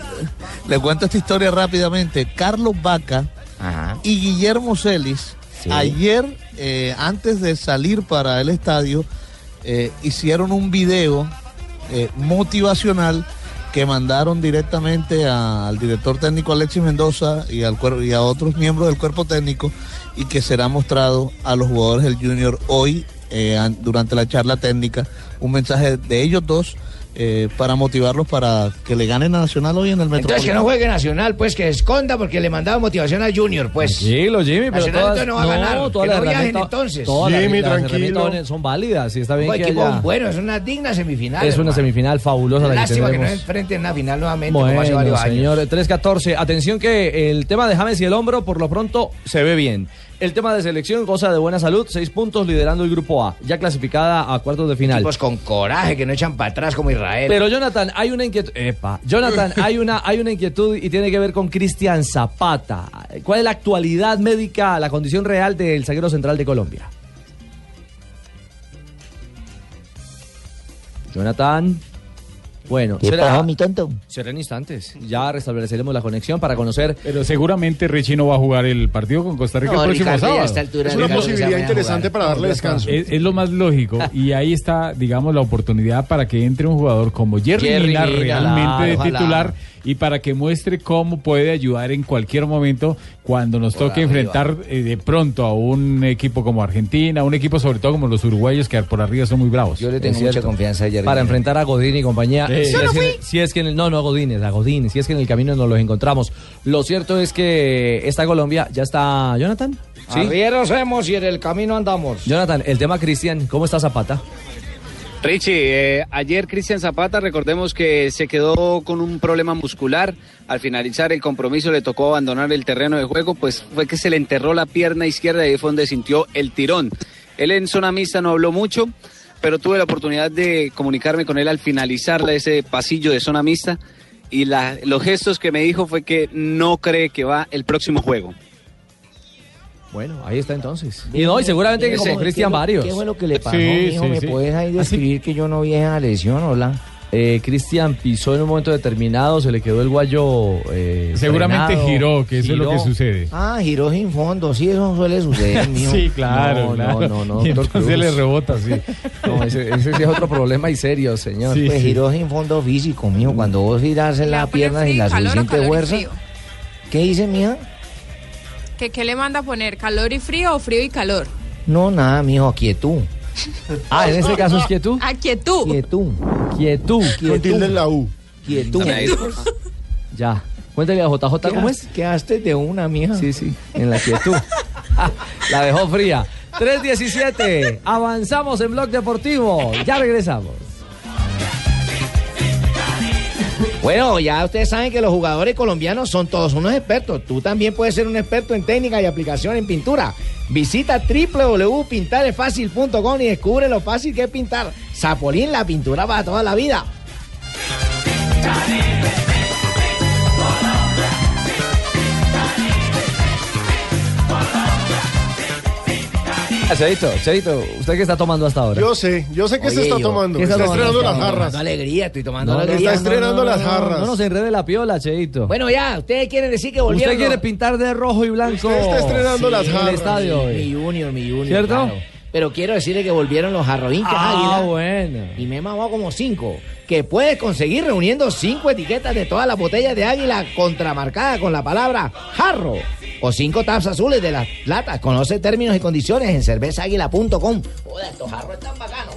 le cuento esta historia rápidamente. Carlos Vaca Ajá. y Guillermo Celis, sí. ayer, eh, antes de salir para el estadio, eh, hicieron un video eh, motivacional que mandaron directamente a, al director técnico Alexis Mendoza y, al, y a otros miembros del cuerpo técnico y que será mostrado a los jugadores del Junior hoy eh, durante la charla técnica, un mensaje de ellos dos eh, para motivarlos para que le ganen a Nacional hoy en el Metropolitano. Entonces que no juegue Nacional, pues que esconda porque le mandaba motivación al Junior, pues. Tranquilo, Jimmy, pero Nacional todas, no va a ganar, no, todas que no las viajen herramientas- entonces. todas las- Jimmy, las tranquilo. herramientas son válidas, y está bien Un que equipo haya- bueno, es una digna semifinal. Es una hermano. semifinal fabulosa la que Lástima que no tenemos. enfrenten una final nuevamente como hace Bueno, varios años. señor, tres catorce. Atención que el tema de James y el hombro por lo pronto se ve bien. El tema de selección goza de buena salud, seis puntos liderando el grupo A, ya clasificada a cuartos de final. Equipos con coraje que no echan para atrás como Israel. Pero Jonathan, hay una inquietud, epa, Jonathan, hay una, hay una inquietud y tiene que ver con Cristian Zapata. ¿Cuál es la actualidad médica, la condición real del zaguero central de Colombia? Jonathan. Bueno, ¿Qué pasó, mi tonto? Será en instantes. Ya restableceremos la conexión para conocer. Pero seguramente Richie no va a jugar el partido con Costa Rica No, el próximo Ricardo, ya a sábado. esta altura Es una Ricardo posibilidad sabe interesante jugar. para darle descanso. Es, es lo más lógico y ahí está, digamos, la oportunidad para que entre un jugador como Jerry, Jerry Mina Mina, realmente claro, de ojalá. titular y para que muestre cómo puede ayudar en cualquier momento cuando nos Por toque arriba. enfrentar eh, de pronto a un equipo como Argentina, un equipo sobre todo como los uruguayos que por arriba son muy bravos. Yo le tengo Es mucha cierto. confianza a Jerry Para Mina. enfrentar a Godín y compañía. Sí. Si, Yo es no que, fui. si es que en el, no, no a Godínez, a Godín. Si es que en el camino nos los encontramos. Lo cierto es que esta Colombia ya está. Jonathan. ¿Sí? Arrieros hemos y en el camino andamos. Jonathan, el tema Cristian, ¿cómo está Zapata? Richie, eh, ayer Cristian Zapata, recordemos que se quedó con un problema muscular. Al finalizar el compromiso le tocó abandonar el terreno de juego, pues fue que se le enterró la pierna izquierda y ahí fue donde sintió el tirón. Él en zona mixta no habló mucho, pero tuve la oportunidad de comunicarme con él al finalizar ese pasillo de zona mixta y la- los gestos que me dijo fue que no cree que va el próximo juego. Bueno, ahí está entonces. Y no, y seguramente que como Cristian varios. ¿Qué fue lo que le pasó, Sí, mijo? sí, ¿Me sí. puedes ahí describir que yo no vi esa lesión, hola? Eh, Cristian pisó en un momento determinado, se le quedó el guayo. Eh, Seguramente frenado, giró, que eso giró. es lo que sucede. Ah, giró sin fondo, sí, eso suele suceder, mijo. Sí, claro, no, claro. No, no, no, Y doctor entonces Cruz. le rebota, sí. No, ese, ese sí es otro problema y serio, señor. Sí, Pues sí. giró sin fondo físico, mijo. Cuando vos girás en Le va la a poner pierna frío sin y la calor o suficiente calor y fuerza. frío. ¿Qué dice, mija? ¿Qué, ¿Qué le manda a poner? ¿Calor y frío o frío y calor? No, nada, mijo, quietud. Ah, en este caso es quietud. A quietud. Quietud. Quietud. Con tilde en la U. Quietud. Ya. Cuéntale a J J cómo es. Quedaste de una, mija. Sí, sí, en la quietud. La dejó fría. tres diecisiete. Avanzamos en Blog Deportivo. Ya regresamos. Bueno, ya ustedes saben que los jugadores colombianos son todos unos expertos. Tú también puedes ser un experto en técnica y aplicación en pintura. Visita doble u doble u doble u punto pintar es fácil punto com y descubre lo fácil que es pintar. Zapolín, la pintura para toda la vida. Cheito, Cheito, ¿usted qué está tomando hasta ahora? Yo sé, yo sé que se Oye, está yo- tomando. ¿qué Está, está tomando? estrenando las Estoy jarras. tomando alegría, estoy tomando No, no, alegría. está estrenando las jarras. No nos enrede la piola, Cheito. Bueno, ya, ustedes quieren decir que volvieron. Usted quiere los- pintar de rojo y blanco. Usted está estrenando las el jarras. estadio hoy. Mi Junior, mi Junior. ¿Cierto? claro. Pero quiero decirle que volvieron los jarroinchas Ah, Águila. bueno. Y me he mamado como cinco. Que puedes conseguir reuniendo cinco etiquetas de todas las botellas de Águila contramarcadas con la palabra jarro. O cinco taps azules de las latas. Conoce términos y condiciones en cerveza águila punto com. Joder, estos jarros están bacanos.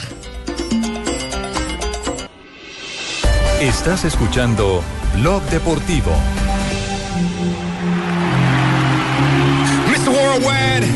Estás escuchando Blog Deportivo. mister Worldwide,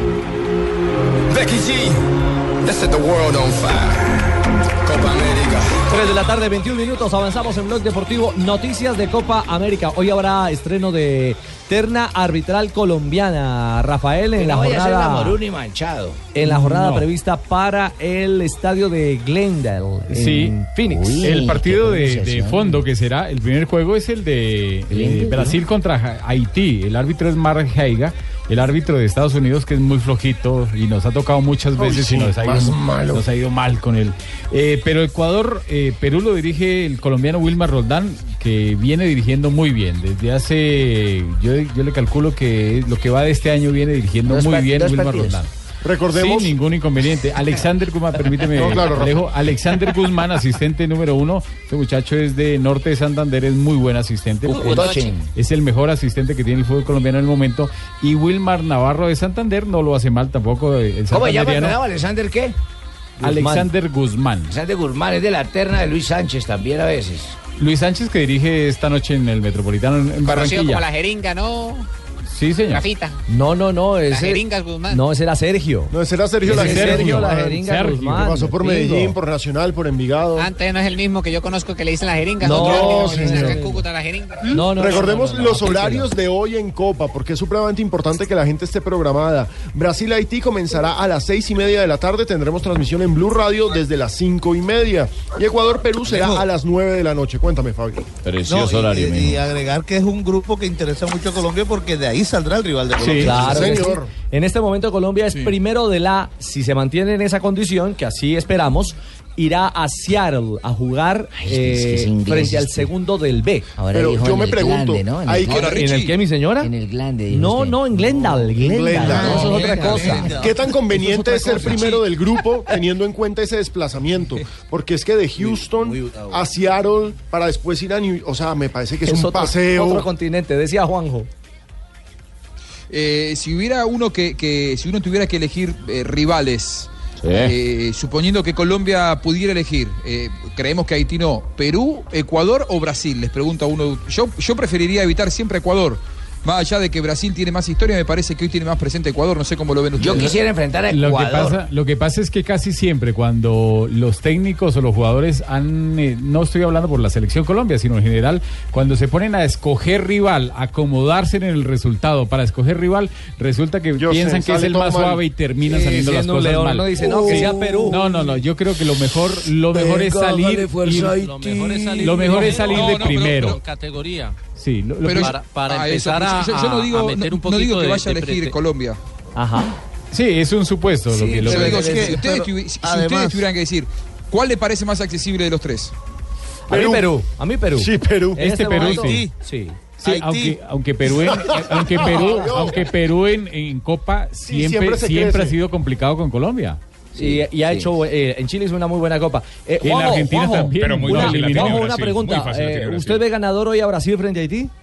Becky G, let's set the world on fire. Copa América. tres de la tarde, veintiún minutos, avanzamos en Blog Deportivo. Noticias de Copa América. Hoy habrá estreno de terna arbitral colombiana, Rafael, en Que la no vaya a ser jornada Lamorún y manchado. en la jornada No. prevista para el estadio de Glendale Sí, en Phoenix. Uy, el partido qué de, de pronunciación. fondo que será, el primer juego es el de eh, Glendale, Brasil contra Ja- Haití. El árbitro es Mark Heiga, el árbitro de Estados Unidos, que es muy flojito y nos ha tocado muchas Uy, veces sí, y nos ha, más ido, malo. nos ha ido mal con él. Eh, pero Ecuador, eh, Perú lo dirige el colombiano Wilmar Roldán, que viene dirigiendo muy bien. Desde hace, yo, yo le calculo que lo que va de este año viene dirigiendo Dos muy pa- bien dos Wilmar partidos. Roldán. Recordemos. Sin ningún inconveniente. Alexander Guzmán, permíteme, No, claro, Rafa. Alejo. Alexander Guzmán, asistente número uno. Este muchacho es de Norte de Santander, es muy buen asistente. Cucutochen. Es el mejor asistente que tiene el fútbol colombiano en el momento. Y Wilmar Navarro de Santander no lo hace mal tampoco. El ¿Cómo se llama el santanderiano. pelado? ¿Alexander qué? Alexander Guzmán. Alexander Guzmán es de la terna de Luis Sánchez también a veces. Luis Sánchez, que dirige esta noche en el Metropolitano en en Conocido Barranquilla. como la jeringa, ¿no? Sí, señor. Rafita. No, no, no. Las Ese, jeringas Guzmán. no, ese era Sergio. No, ese era Sergio Ese la es Jeringa Sergio la Guzmán. Jeringa Sergio, Guzmán. Que pasó por Bingo. Medellín, por Nacional, por Envigado. Antes no es el mismo que yo conozco que le dicen la jeringa. No, Otro término que le dicen señor. acá en Cúcuta la jeringa. No, no, Recordemos no, no, no, los no, horarios de hoy en Copa, porque es supremamente importante que la gente esté programada. Brasil-Haití comenzará a las seis y media de la tarde. Tendremos transmisión en Blue Radio desde las cinco y media. Y Ecuador-Perú será a las nueve de la noche. Cuéntame, Fabi. No, y, y agregar que es un grupo que interesa mucho a Colombia porque de ahí saldrá el rival de Colombia. Claro que sí. señor. En este momento Colombia es primero de la, si se mantiene en esa condición, que así esperamos, irá a Seattle a jugar Ay, es que es eh, inglés frente al este. segundo del B. Ahora Pero dijo yo en me el pregunto, glande, ¿no? En ahí el que- glande. ¿En el qué, mi señora? En el glande. dijo No, usted. no, en Glendale, Glendale. Glendale. No, eso es otra Glendale. cosa. ¿Qué tan conveniente es ser primero del grupo teniendo en cuenta ese desplazamiento? Porque es que de Houston a Seattle para después ir a New O sea, me parece que es, un otro, paseo. otro continente, decía Juanjo. Eh, si hubiera uno que, que- si uno tuviera que elegir eh, rivales, eh, suponiendo que Colombia pudiera elegir, eh, creemos que Haití no, Perú, Ecuador o Brasil, les pregunto a uno. Yo, yo preferiría evitar siempre Ecuador. Más allá de que Brasil tiene más historia, me parece que hoy tiene más presente Ecuador, no sé cómo lo ven ustedes. Yo quisiera enfrentar a Lo que, Ecuador. pasa, lo que pasa es que casi siempre cuando los técnicos o los jugadores han, eh, no estoy hablando por la selección Colombia, sino en general, cuando se ponen a escoger rival, acomodarse en el resultado para escoger rival, resulta que Yo piensan sé, que es sale el todo más mal. suave y terminan Sí, saliendo las siendo un cosas león, mal. uno dice, no, que sea Perú. No, no, no, yo creo que lo mejor, lo mejor es Venga, salir, hágale fuerza, ir- Haití. Lo mejor es salir, Lo mejor es salir No, de no, pero- primero. pero- categoría. Sí, lo- lo Pero que- para, para Ah, eso, empezar a, yo, yo no digo, a meter no- un no poquito digo que de- vaya a de elegir prete- Colombia. Ajá. sí, es un supuesto. lo Sí, que, lo Pero que- digo, si, es que- si ustedes, pero, tuvi- si además- ustedes tuvieran que decir, ¿cuál le parece más accesible de los tres? A mí Perú, a mí Perú. Sí, Perú. Este, este Perú momento, sí. Sí. Sí, aunque, aunque Perú, en, aunque Perú, aunque Perú en, en Copa siempre, siempre se siempre crece. ha sido complicado con Colombia. Sí, y, y ha sí. hecho, eh, en Chile hizo una muy buena copa. Eh, Y en Juanjo, Argentina Juanjo, también. Pero muy una, fácil la tiene Juanjo, una Brasil, pregunta. muy fácil la eh, tiene Brasil. ¿Usted ve ganador hoy a Brasil frente a Haití?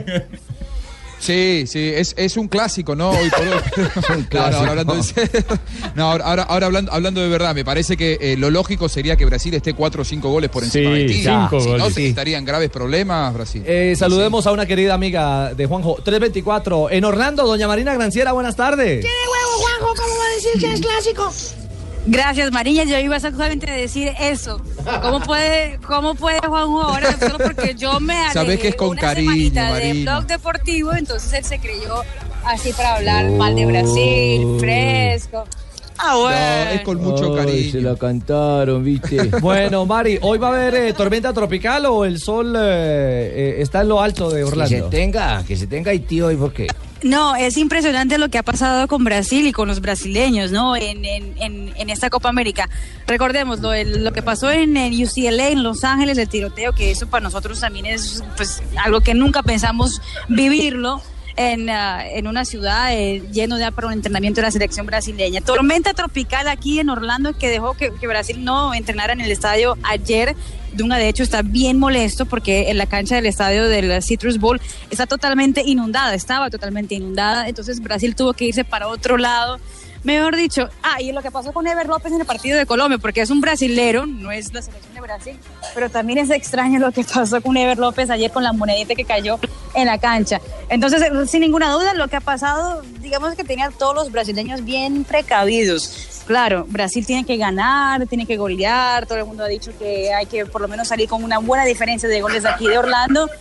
Sí, sí, es, es un clásico, ¿no? Hoy por hoy. Claro, ahora hablando de serio. No, ahora, ahora, ahora hablando, hablando de verdad, me parece que eh, lo lógico sería que Brasil esté cuatro o cinco goles por encima Sí, de Haití. cinco Si no, goles. se estarían graves problemas, Brasil. Eh, saludemos a una querida amiga de Juanjo, tres veinticuatro. En Orlando, doña Marina Granciera, buenas tardes. ¿Tiene huevo, Juanjo? ¿Cómo va a decir que es clásico? Gracias, Mariña. Yo iba exactamente a decir eso. ¿Cómo puede, cómo puede Juanjo ahora? Solo porque yo me alegré Sabés que es con una cariño, semanita de Marina. Blog Deportivo, entonces él se creyó así para hablar mal de Brasil, fresco. Ah, bueno. No, es con mucho Ay, cariño. se la cantaron, viste. Bueno, Mari, ¿hoy va a haber eh, tormenta tropical o el sol eh, eh, está en lo alto de Orlando? Que se tenga, que se tenga Haití hoy, ¿por qué? No, es impresionante lo que ha pasado con Brasil y con los brasileños, ¿no? En, en, en, en esta Copa América. Recordemos lo, el- lo que pasó en, en U C L A, en Los Ángeles, el tiroteo, que eso para nosotros también es pues algo que nunca pensamos vivirlo. En, ah, en una ciudad eh, lleno de para un entrenamiento de la selección brasileña. Tormenta tropical aquí en Orlando que dejó que, que Brasil no entrenara en el estadio ayer. Dunga, de hecho, está bien molesto porque en la cancha del estadio del Citrus Bowl está totalmente inundada, estaba totalmente inundada, entonces Brasil tuvo que irse para otro lado. Mejor dicho, ah, y lo que pasó con Ever López en el partido de Colombia, porque es un brasilero, no es la selección de Brasil, pero también es extraño lo que pasó con Ever López ayer con la monedita que cayó en la cancha. Entonces, sin ninguna duda, lo que ha pasado, digamos que tenía a todos los brasileños bien precavidos. Claro, Brasil tiene que ganar, tiene que golear, todo el mundo ha dicho que hay que por lo menos salir con una buena diferencia de goles de aquí de Orlando.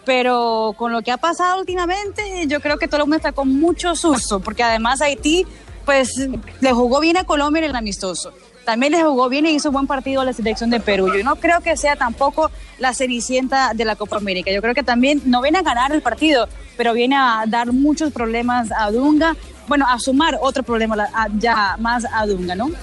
Pero con lo que ha pasado últimamente, yo creo que todo el mundo está con mucho susto, porque además Haití pues le jugó bien a Colombia en el amistoso. También le jugó bien y hizo buen partido a la selección de Perú. Yo no creo que sea tampoco la cenicienta de la Copa América. Yo creo que también no viene a ganar el partido, pero viene a dar muchos problemas a Dunga. Bueno, a sumar otro problema a- ya más a Dunga, ¿no?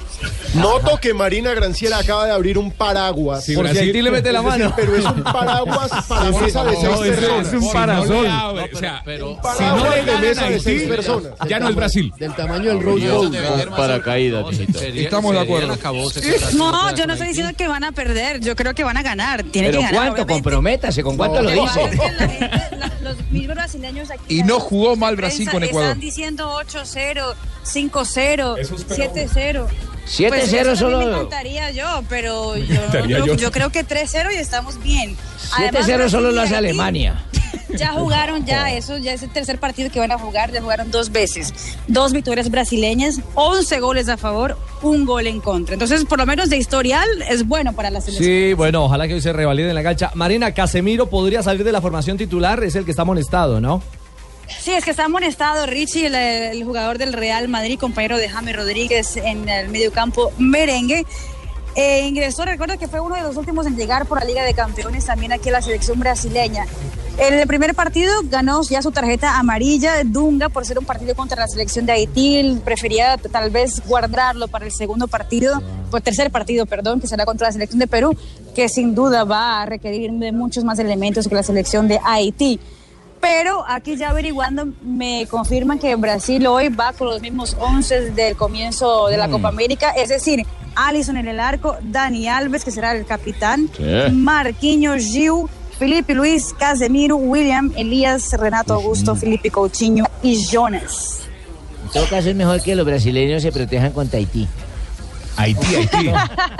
Noto que Marina Granciera acaba de abrir un paraguas. Sí, Por si Haití le mete la Es decir, mano. pero es un paraguas para Sí, mesa de no, seis es- personas. es un Si parasol. no le No, abre, pero- o sea, pero, un si paraguas no le de ganan mesa a de seis Haití, personas. ya no es Brasil. Del tamaño del Rose Bowl. Con paracaídas, mijito. Estamos de acuerdo. No, yo no estoy diciendo que van a perder. Yo creo que van a ganar. Tienen Pero que ganar. ¿cuánto? obviamente. Comprométase, ¿con cuánto lo No, dice? es que la gente, la- los mismos brasileños aquí. Y no jugó mal Brasil prensa con Ecuador. Están diciendo ocho cero, cinco cero, siete cero. siete cero Pues eso solo. también me encantaría yo, pero yo, encantaría yo, yo. yo creo que tres cero y estamos bien. siete cero solo lo hace Alemania. Ya jugaron, ya eso, ya es el tercer partido que van a jugar, ya jugaron dos veces. Dos victorias brasileñas, once goles a favor, un gol en contra. Entonces, por lo menos de historial, es bueno para la selección. Sí, bueno, ojalá que hoy se revalide en la cancha. Marina, Casemiro podría salir de la formación titular, es el que está amonestado, ¿no? Sí, es que está amonestado Richie, el, el jugador del Real Madrid, compañero de James Rodríguez en el mediocampo merengue. Eh, ingresó, recuerda que fue uno de los últimos en llegar por la Liga de Campeones también aquí a la selección brasileña. En el primer partido ganó ya su tarjeta amarilla Dunga por ser un partido contra la selección de Haití. Él prefería tal vez guardarlo para el segundo partido, por tercer partido, perdón, que será contra la selección de Perú, que sin duda va a requerir de muchos más elementos que la selección de Haití. Pero aquí ya averiguando me confirman que Brasil hoy va con los mismos once del comienzo de la Mm. Copa América, es decir, Alisson en el arco, Dani Alves, que será el capitán, Sí. Marquinhos, Gil, Felipe Luis, Casemiro, William, Elías, Renato Augusto, Felipe Coutinho y Jonas. En todo caso es mejor que los brasileños se protejan contra Haití. Haití, Haití.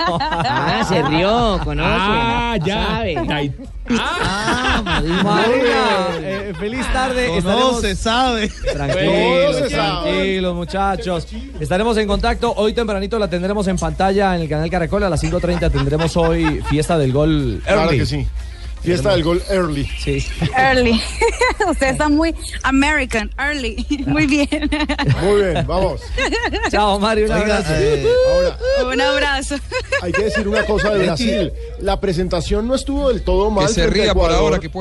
Ah, se rió, conoce. Ah, ya. Sabe. Haití. Ah, Marina, eh, feliz tarde. Conoce, sabe. Tranquilos, Todo se sabe. tranquilos, muchachos. Estaremos en contacto. Hoy tempranito la tendremos en pantalla en el canal Caracol. A las cinco treinta tendremos hoy Fiesta del Gol Claro Early. que sí. Fiesta del gol early. Sí. Early. Usted está muy American, early. Muy bien. Muy bien, vamos. Chao, Mario. Un Oiga, abrazo. eh, ahora, Un abrazo. hay que decir una cosa de Brasil. La presentación no estuvo del todo mal. Que se frente a ría por Ecuador, ahora que puede.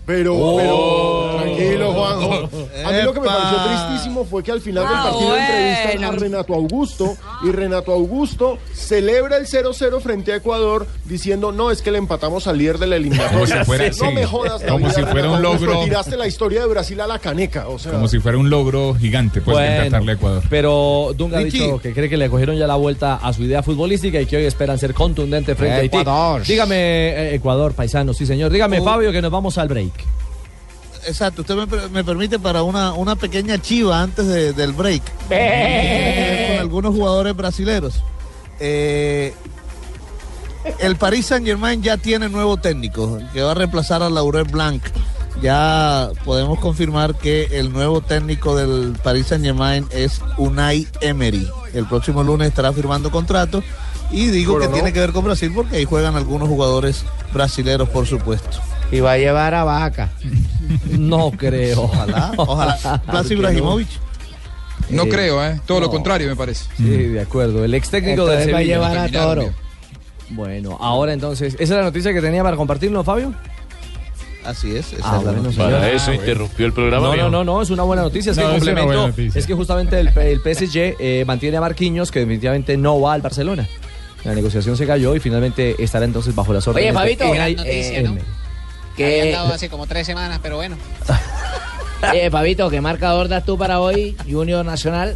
Pero, Oh. pero, tranquilo, Juanjo. A mí lo que me Epa. pareció tristísimo fue que al final del Ah, partido entrevistan bueno. a Renato Augusto y Renato Augusto celebra el cero cero frente a Ecuador diciendo, no, es que le empatamos al líder de la eliminatoria. Como si fuera- no sí, me jodas la como vida, si fuera Renato un Augusto, logro. tiraste la historia de Brasil a la caneca, o sea. Como si fuera un logro gigante, pues, Bueno, empatarle a Ecuador. pero Dunga ha Richie. dicho que cree que le cogieron ya la vuelta a su idea futbolística y que hoy esperan ser contundentes frente a Haití. Ecuador. Dígame, eh, Ecuador, paisano, sí señor. Dígame, Oh. Fabio, que nos vamos al break. Exacto, usted me, per- me permite para una, una pequeña chiva antes de- del break. Tiene que ver con algunos jugadores brasileños. Eh, el Paris Saint Germain ya tiene nuevo técnico que va a reemplazar a Laurent Blanc. Ya podemos confirmar que el nuevo técnico del Paris Saint Germain es Unai Emery. El próximo lunes estará firmando contrato. Y digo Pero que no. tiene que ver con Brasil porque ahí juegan algunos jugadores brasileños, por supuesto. Y va a llevar a Vaca. No creo. Ojalá, ojalá. Plaza Ibrahimovic. No Eh, creo, ¿eh? Todo lo no. contrario, me parece. Sí, de acuerdo. El ex técnico de Entonces va a Sevilla. llevar a Terminaron, Toro. bien. Bueno, ahora entonces, ¿esa es la noticia que tenía para compartirnos, Fabio? Así es. Esa Ah, es la bueno, noticia. señor. Para eso interrumpió el programa. No, no, mijo. no, no, es una buena noticia. Es que No, el es una complemento buena noticia. es que justamente el, el P S G eh, mantiene a Marquinhos, que definitivamente no va al Barcelona. La negociación se cayó y finalmente estará entonces bajo las órdenes. Oye, Fabito, de gran Unai noticia, Emery. ¿Qué- Había andado hace como tres semanas, pero bueno. Oye, Fabito, ¿qué marcador das tú para hoy, Junior Nacional?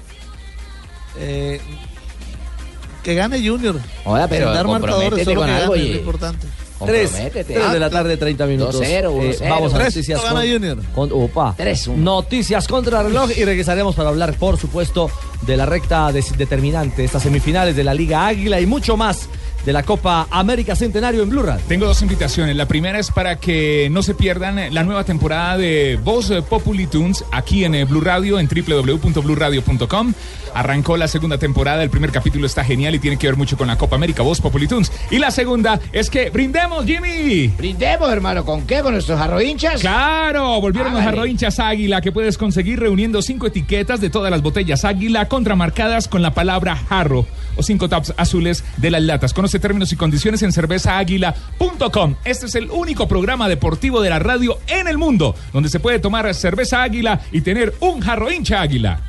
Eh, que gane Junior. Oiga, pero Sin dar marcadores, comprométete solo con que algo, gane, es oye. lo importante. Tres, Comprométete. tres de la tarde, treinta minutos. dos cero, uno Eh, cero. vamos a Tres, noticias gana con, Junior. con- opa. tres uno. Noticias contra reloj y regresaremos para hablar, por supuesto, de la recta des- determinante, estas semifinales de la Liga Águila y mucho más de la Copa América Centenario en Blue Radio. Tengo dos invitaciones. La primera es para que no se pierdan la nueva temporada de Voz Populi Tunes aquí en eh, Blue Radio, en doble u doble u doble u punto blue radio punto com. Arrancó la segunda temporada, el primer capítulo está genial y tiene que ver mucho con la Copa América, Voz Populi Tunes. Y la segunda es que brindemos, Jimmy. Brindemos, hermano, ¿con qué? ¿Con nuestros jarrohinchas? Claro, volvieron los Hágale. jarrohinchas Águila que puedes conseguir reuniendo cinco etiquetas de todas las botellas Águila contramarcadas con la palabra jarro o cinco taps azules de las latas. Conoce términos y condiciones en cerveza águila punto com. Este es el único programa deportivo de la radio en el mundo donde se puede tomar cerveza Águila y tener un jarrohincha Águila.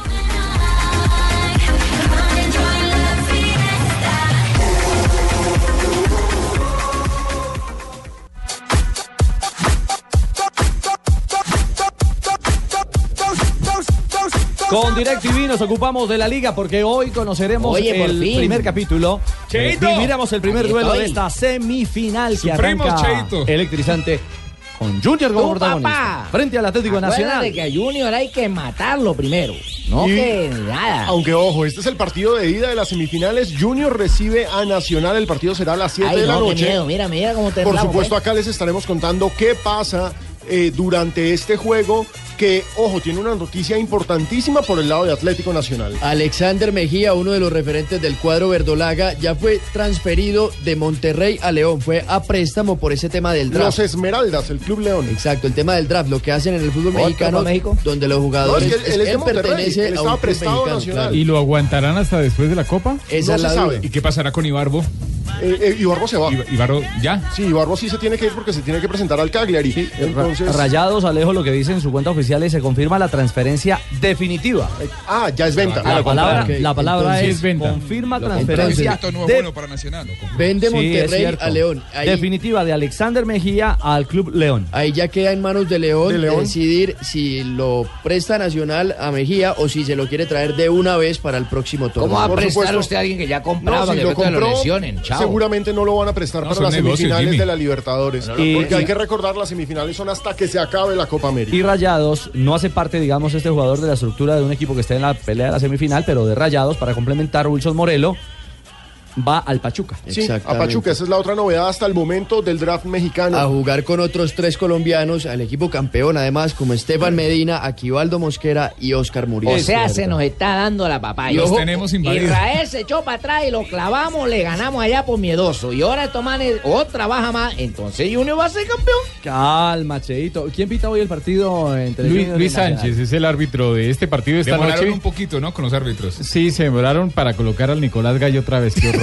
Con DirecTV nos ocupamos de la liga porque hoy conoceremos Oye, por el fin. primer capítulo. Eh, Cheito. viviremos el primer Aquí duelo estoy. de esta semifinal que Sufrimos, arranca Cheito. electrizante con Junior como Tú, protagonista. papá. Frente al Atlético Acuérdate Nacional. que a Junior hay que matarlo primero. No Y- que nada. Aunque ojo, este es el partido de ida de las semifinales. Junior recibe a Nacional. El partido será a las siete Ay, de la no, qué noche. miedo. Mira, mira cómo te Por supuesto, acá les estaremos contando qué pasa eh, durante este juego. Que, ojo, tiene una noticia importantísima por el lado de Atlético Nacional. Alexander Mejía, uno de los referentes del cuadro verdolaga, ya fue transferido de Monterrey a León. Fue a préstamo por ese tema del draft. Los Esmeraldas, el Club León. Exacto, el tema del draft, lo que hacen en el fútbol ¿Otro mexicano, para México? donde los No, jugadores. es que él, él es de Monterrey. pertenece Él a un estaba club prestado a mexicano, Nacional. claro. ¿Y lo aguantarán hasta después de la Copa? Esa No es se la sabe. duda. ¿Y qué pasará con Ibarbo? Eh, eh, Ibarbo se va. Ib- Ibarbo, ¿ya? Sí, Ibarbo sí se tiene que ir porque se tiene que presentar al Cagliari. Entonces, Rayados, Alejo, lo que dice en su cuenta oficial es se confirma la transferencia definitiva. ah, ya es venta. la palabra, ok. la palabra Entonces, es venta. confirma Lo transferencia Esto no es de- bueno para Nacional. Vende Sí, es Monterrey cierto. a León. Ahí, definitiva de Alexander Mejía al Club León. ahí ya queda en manos de León, De León. decidir si lo presta Nacional a Mejía o si se lo quiere traer de una vez para el próximo torneo. ¿Cómo va a Por prestar supuesto. usted a alguien que ya No, compraba si que lo de pronto lo compró, lesionen? Chao. seguramente no lo van a prestar No, para son las negocios, semifinales Jimmy. de la Libertadores. Y- porque y- hay que recordar, las semifinales son hasta que se acabe la Copa América. Y Rayados no hace parte, digamos, este jugador de la estructura de un equipo que esté en la pelea de la semifinal, pero de Rayados, para complementar, Wilson Morelo va al Pachuca. Sí, a Exactamente. Pachuca, esa es la otra novedad hasta el momento del draft mexicano. A jugar con otros tres colombianos, al equipo campeón, además, como Estefan Medina, Aquivaldo Mosquera y Oscar Murillo. O sea, se nos está dando la papaya. Los ojo, tenemos invadidos. Israel se echó para atrás y lo clavamos, le ganamos allá por miedoso. Y ahora estos manes otra baja más, entonces Junior va a ser campeón. Calma, Cheito. ¿Quién pita hoy el partido entre Luis, Junior y Luis Nacional? Sánchez es el árbitro de este partido esta Demoraron noche. un poquito, ¿no? Con los árbitros. Sí, se demoraron para colocar al Nicolás Gallo otra vez. Qué horror.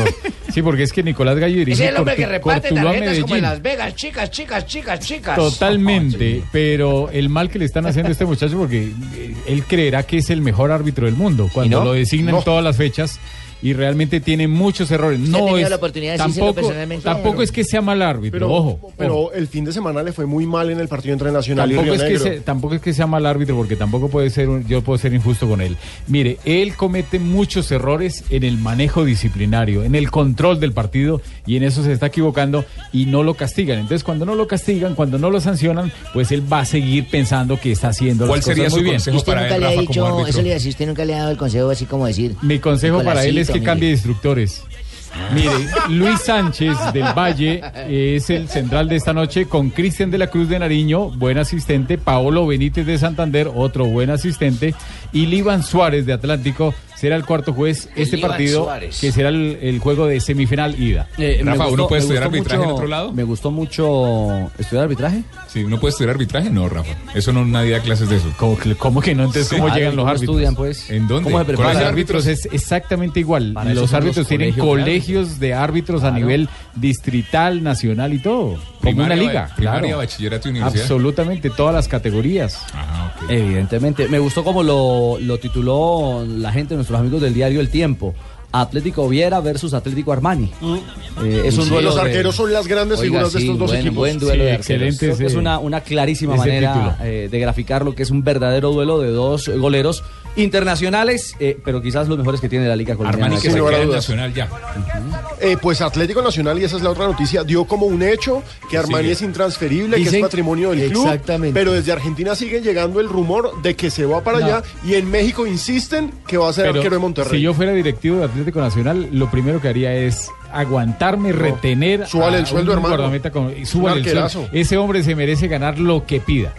error. Sí, porque es que Nicolás Gallo dirige Ese es el hombre que Cortu- reparte Cortuluá tarjetas como en Medellín. Las Vegas. Chicas, chicas, chicas, chicas. Totalmente, pero el mal que le están haciendo a este muchacho porque eh, él creerá que es el mejor árbitro del mundo cuando ¿Y no? lo designan No. todas las fechas y realmente tiene muchos errores. ¿Usted ha No tenido es la oportunidad de decírselo tampoco personalmente? tampoco Pero- es que sea mal árbitro, Pero, ojo. pero ojo. el fin de semana le fue muy mal en el partido entre Nacional y Tampoco Río es, que Negro. se- tampoco es que sea mal árbitro porque tampoco puede ser un- yo puedo ser injusto con él. Mire, él comete muchos errores en el manejo disciplinario, en el control del partido y en eso se está equivocando y no lo castigan. Entonces, cuando no lo castigan, cuando no lo sancionan, pues él va a seguir pensando que está haciendo las cosas muy bien. ¿Y usted nunca le ha dicho, eso le iba a decir, usted nunca le ha dado el consejo así como decir... Mi consejo para él es Nicolásito, que mire. cambie de instructores. Mire, Luis Sánchez del Valle eh, es el central de esta noche con Cristian de la Cruz de Nariño, buen asistente, Paolo Benítez de Santander, otro buen asistente, y Líban Suárez de Atlántico será el cuarto juez este Líban partido Suárez. que será el, el juego de semifinal ida. Eh, me Rafa, gustó- ¿uno puede me estudiar gustó arbitraje mucho- en otro lado? Me gustó mucho estudiar arbitraje. Sí, ¿uno puede estudiar arbitraje? No, Rafa. Eso no, nadie da clases de eso. ¿Cómo que, cómo que no? Entonces, ¿cómo Sí. llegan los ¿Cómo árbitros? estudian, pues? ¿En dónde? ¿Cómo se preparan? ¿Colegio Los de árbitros es exactamente igual. Para eso Los son árbitros los tienen colegios de colegios de árbitros a Claro. nivel distrital, nacional y todo. Como Primaria, una liga. ba- primaria, claro. bachillerato y universidad. Absolutamente, todas las categorías. Evidentemente. Me gustó como lo, lo tituló la gente, nuestros amigos del diario El Tiempo. Atlético Viera versus Atlético Armani. Eh, es un Sí, duelo los de- arqueros son las grandes Oiga, figuras de sí, estos dos buen- equipos. buen duelo Sí, de arqueros. excelente Creo que ese- es una, una clarísima ese manera título. eh, de graficar lo que es un verdadero duelo de dos goleros internacionales, eh, pero quizás los mejores que tiene la Liga Colombiana. Armani que Sin se lugar a queda en dudas. Nacional ya. Eh, pues Atlético Nacional, y esa es la otra noticia, dio como un hecho que Armani sigue. es intransferible, que Dicen- es patrimonio del club. Exactamente. Pero desde Argentina sigue llegando el rumor de que se va para No. allá y en México insisten que va a ser Pero arquero de Monterrey. si yo fuera directivo de Atlético Nacional, lo primero que haría es aguantarme, retener Súbale el sueldo, un hermano. guardameta con, y súbale Un el sueldo. arquerazo. Ese hombre se merece ganar lo que pida.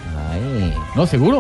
No, seguro.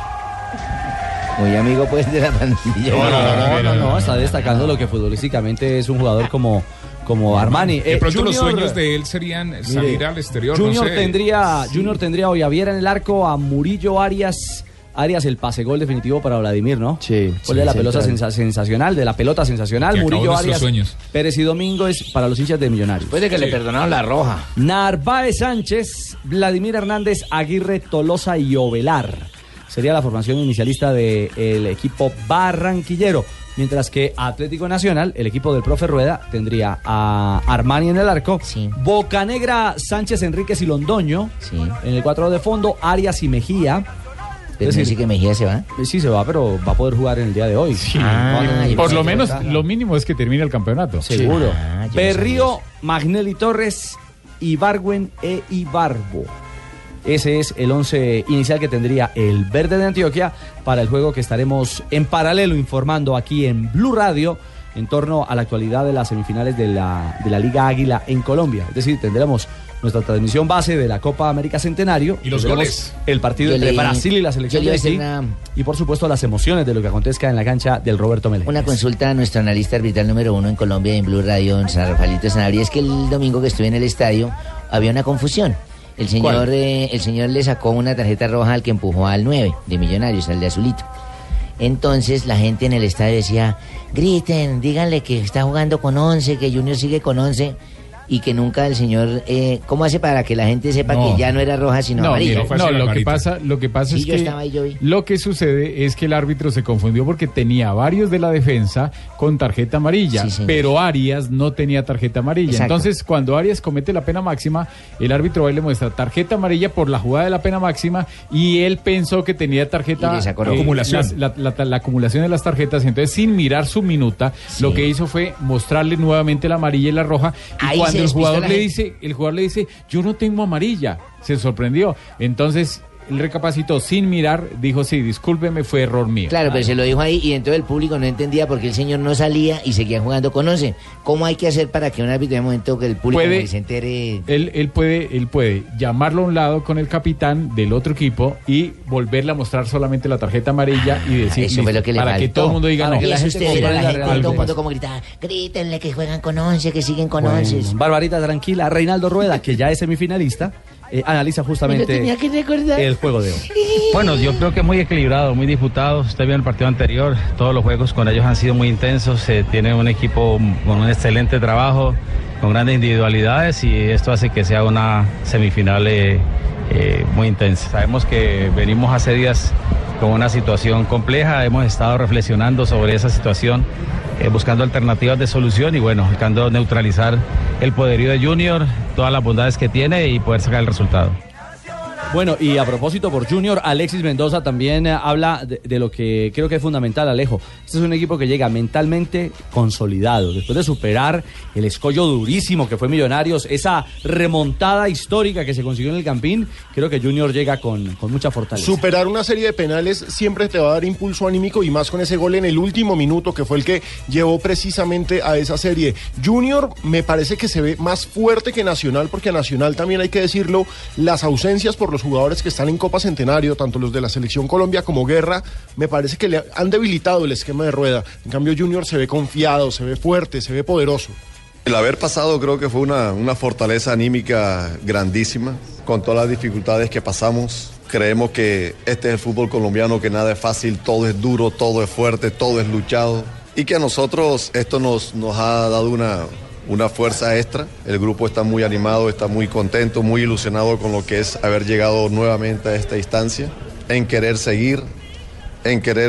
Muy amigo pues de la pandilla. No, no, no, no, está destacando lo que futbolísticamente es un jugador como, como Armani. De Eh, pronto los Junior- sueños de él serían salir Mire, al exterior. Junior no sé. tendría, Junior tendría hoy a Viera en el arco, a Murillo Arias. Arias el pase gol definitivo para Vladimir, ¿no? Sí. Gol de la pelota sensa- sensacional, de la pelota sensacional. Que acabó Murillo nuestros Arias, sueños. Pérez y Domingo es para los hinchas de Millonarios. Puede que le perdonaron la roja. Narváez Sánchez, Vladimir Hernández, Aguirre, Tolosa y Ovelar. Sería la formación inicialista del equipo barranquillero. Mientras que Atlético Nacional, el equipo del profe Rueda, tendría a Armani en el arco, Bocanegra, Sánchez, Enríquez y Londoño. En el cuatro de fondo, Arias y Mejía. Pero no dice que Mejía se va. Sí, se va, pero va a poder jugar en el día de hoy. Ah, yo Por pensé lo que menos, era- lo mínimo es que termine el campeonato. Seguro. Ah, yo Berrío, Magnelli Torres, Ibargüen e Ibarbo. Ese es el once inicial que tendría el Verde de Antioquia para el juego que estaremos en paralelo informando aquí en Blue Radio en torno a la actualidad de las semifinales de la, de la Liga Águila en Colombia. Es decir, tendremos nuestra transmisión base de la Copa América Centenario. Y los Tendremos goles. El partido Yo entre le- Brasil y la selección yo le de voy a hacer Haití. una- Y por supuesto las emociones de lo que acontezca en la cancha del Roberto Meléndez. Una consulta a nuestro analista arbitral número uno en Colombia y en Blue Radio, en San Rafaelito Sanabria. Es que el domingo que estuve en el estadio había una confusión. El señor, ¿Cuál? eh, el señor le sacó una tarjeta roja al que empujó al nueve de Millonarios, al de Azulito. Entonces la gente en el estadio decía, griten, díganle que está jugando con once, que Junior sigue con once. Y que nunca el señor, eh, ¿cómo hace para que la gente sepa No. que ya no era roja sino No, amarilla? mire, no, lo que pasa, lo que pasa Sí, es yo que estaba ahí, yo vi. lo que sucede es que el árbitro se confundió porque tenía varios de la defensa con tarjeta amarilla, Sí, señor. pero Arias no tenía tarjeta amarilla. Exacto. Entonces, cuando Arias comete la pena máxima, el árbitro va y le muestra tarjeta amarilla por la jugada de la pena máxima y él pensó que tenía tarjeta Y le sacó la acumulación. las- La, la- la acumulación de las tarjetas, y entonces sin mirar su minuta, lo que hizo fue mostrarle nuevamente la amarilla y la roja y Ahí cuando se el despistó jugador la le gente. dice el jugador le dice, yo no tengo amarilla. Se sorprendió. Entonces, él recapacitó sin mirar, dijo, sí, discúlpeme, fue error mío. Claro, pero se lo dijo ahí y entonces el público no entendía por qué el señor no salía y seguía jugando con once. ¿Cómo hay que hacer para que un árbitro de momento que el público Puede- ni se entere? Él, él puede, él puede llamarlo a un lado con el capitán del otro equipo y volverle a mostrar solamente la tarjeta amarilla y decir, Eso fue lo listo, que le para que faltó. todo el mundo diga Para no. que la gente viera a la gente, todo el Algo mundo pasa. como gritaba, grítenle que juegan con once, que siguen con Bueno, once. Barbarita, tranquila. Reinaldo Rueda, que ya es semifinalista, eh, analiza justamente tenía que recordar. el juego de hoy. Bueno, yo creo que muy equilibrado, muy disputado. Usted vio el partido anterior, todos los juegos con ellos han sido muy intensos. Eh, tiene un equipo con un excelente trabajo, con grandes individualidades y esto hace que sea una semifinal eh, eh, muy intensa. Sabemos que venimos hace días con una situación compleja, hemos estado reflexionando sobre esa situación, eh, buscando alternativas de solución y bueno, buscando neutralizar el poderío de Junior, todas las bondades que tiene y poder sacar el resultado. Bueno, y a propósito por Junior, Alexis Mendoza también eh, habla de, de lo que creo que es fundamental, Alejo. Este es un equipo que llega mentalmente consolidado, después de superar el escollo durísimo que fue Millonarios, esa remontada histórica que se consiguió en el Campín, creo que Junior llega con, con mucha fortaleza. Superar una serie de penales siempre te va a dar impulso anímico y más con ese gol en el último minuto que fue el que llevó precisamente a esa serie. Junior me parece que se ve más fuerte que Nacional, porque a Nacional también hay que decirlo, las ausencias por los jugadores que están en Copa Centenario, tanto los de la Selección Colombia como Guerra, me parece que le han debilitado el esquema de Rueda. En cambio Junior se ve confiado, se ve fuerte, se ve poderoso. El haber pasado creo que fue una, una fortaleza anímica grandísima, con todas las dificultades que pasamos. Creemos que este es el fútbol colombiano, que nada es fácil, todo es duro, todo es fuerte, todo es luchado. Y que a nosotros esto nos, nos ha dado una... una fuerza extra. El grupo está muy animado, está muy contento, muy ilusionado con lo que es haber llegado nuevamente a esta instancia, en querer seguir, en querer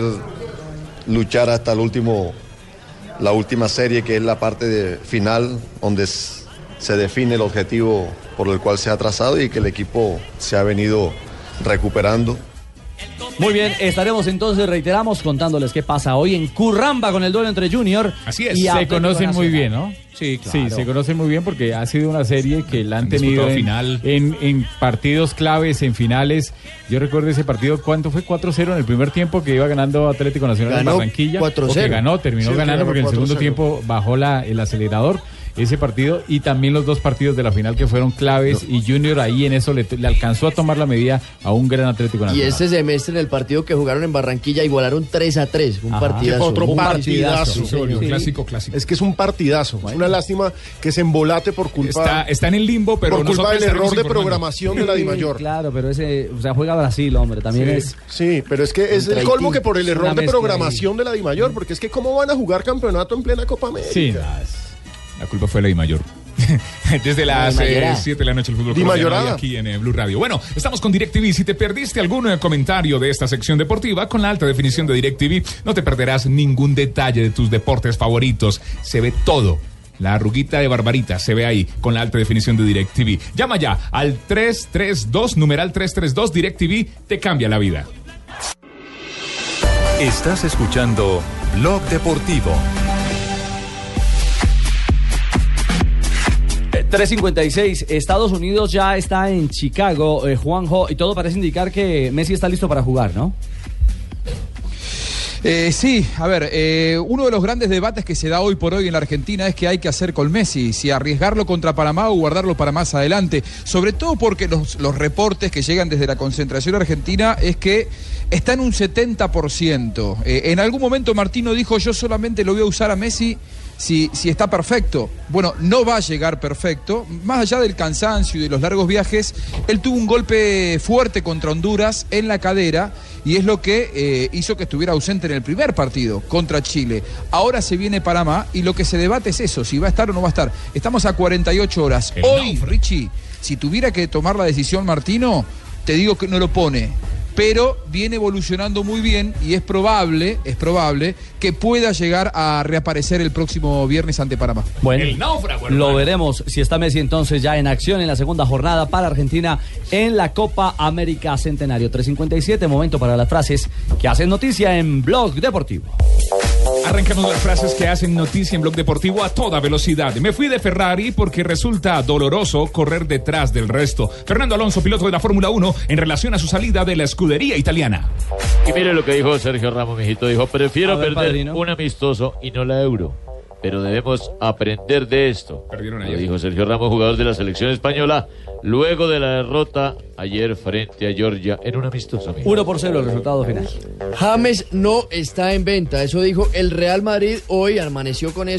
luchar hasta el último, la última serie, que es la parte de final, donde se define el objetivo por el cual se ha trazado y que el equipo se ha venido recuperando. Muy bien, estaremos entonces, reiteramos, contándoles qué pasa hoy en Curramba con el duelo entre Junior. Así es, y se conocen muy bien, ¿no? Sí, claro. Sí, se conocen muy bien porque ha sido una serie que la han, han tenido en, final. En, en partidos claves, en finales. Yo recuerdo ese partido, ¿cuánto fue? cuatro cero en el primer tiempo que iba ganando Atlético Nacional Ganó en Barranquilla. cuatro cero. Que ganó, terminó Sí, ganando ganó porque en el segundo cuatro cero. tiempo bajó la, el acelerador. Ese partido y también los dos partidos de la final que fueron claves no. y Junior ahí en eso le, le alcanzó a tomar la medida a un gran Atlético Nacional. Y este semestre en el partido que jugaron en Barranquilla igualaron tres a tres, un Ajá. partidazo. Otro un partidazo. Sí, sí, sí. clásico, clásico. Es que es un partidazo. Bueno. Es una lástima que se embolate por culpa, está, está en el limbo, pero por culpa del error de informando. programación de la Dimayor. Claro, pero ese, o sea, juega Brasil, hombre, también sí, es. Sí, pero es que es el colmo que por el error de programación ahí. de la Dimayor, porque es que cómo van a jugar campeonato en plena Copa América. Sí, la culpa fue la Dimayor. Desde las siete eh, de la noche el fútbol colombiano aquí en eh, Blue Radio. Bueno, estamos con DirecTV. Si te perdiste algún eh, comentario de esta sección deportiva, con la alta definición de DirecTV no te perderás ningún detalle de tus deportes favoritos. Se ve todo. La arruguita de Barbarita se ve ahí con la alta definición de DirecTV. Llama ya al tres tres dos, numeral tres tres dos. DirecTV te cambia la vida. Estás escuchando Blog Deportivo. tres cincuenta y seis, Estados Unidos ya está en Chicago, eh, Juanjo, y todo parece indicar que Messi está listo para jugar, ¿no? Eh, sí, a ver, eh, uno de los grandes debates que se da hoy por hoy en la Argentina es qué hay que hacer con Messi, si arriesgarlo contra Panamá o guardarlo para más adelante, sobre todo porque los, los reportes que llegan desde la concentración argentina es que está en un setenta por ciento. Eh, en algún momento Martino dijo, yo solamente lo voy a usar a Messi Si, si está perfecto. Bueno, no va a llegar perfecto. Más allá del cansancio y de los largos viajes, él tuvo un golpe fuerte contra Honduras en la cadera y es lo que eh, hizo que estuviera ausente en el primer partido contra Chile. Ahora se viene Panamá y lo que se debate es eso, si va a estar o no va a estar. Estamos a cuarenta y ocho horas. El Hoy, no. Richie, si tuviera que tomar la decisión Martino, te digo que no lo pone. Pero viene evolucionando muy bien y es probable, es probable que pueda llegar a reaparecer el próximo viernes ante Panamá. Bueno, el náufrago, lo veremos si está Messi entonces ya en acción en la segunda jornada para Argentina en la Copa América Centenario. tres cincuenta y siete, momento para las frases que hacen noticia en Blog Deportivo. Arrancamos las frases que hacen noticia en Blog Deportivo a toda velocidad. Me fui de Ferrari porque resulta doloroso correr detrás del resto. Fernando Alonso, piloto de la Fórmula uno, en relación a su salida de la escudería italiana. Y mire lo que dijo Sergio Ramos, mijito. Dijo, prefiero ver, perder padrino. un amistoso y no la Euro. Pero debemos aprender de esto. Perdieron Lo ayer. dijo Sergio Ramos, jugador de la selección española, luego de la derrota ayer frente a Georgia en un amistoso. Amigo. uno por cero el resultado final. James no está en venta, eso dijo el Real Madrid hoy, amaneció con eso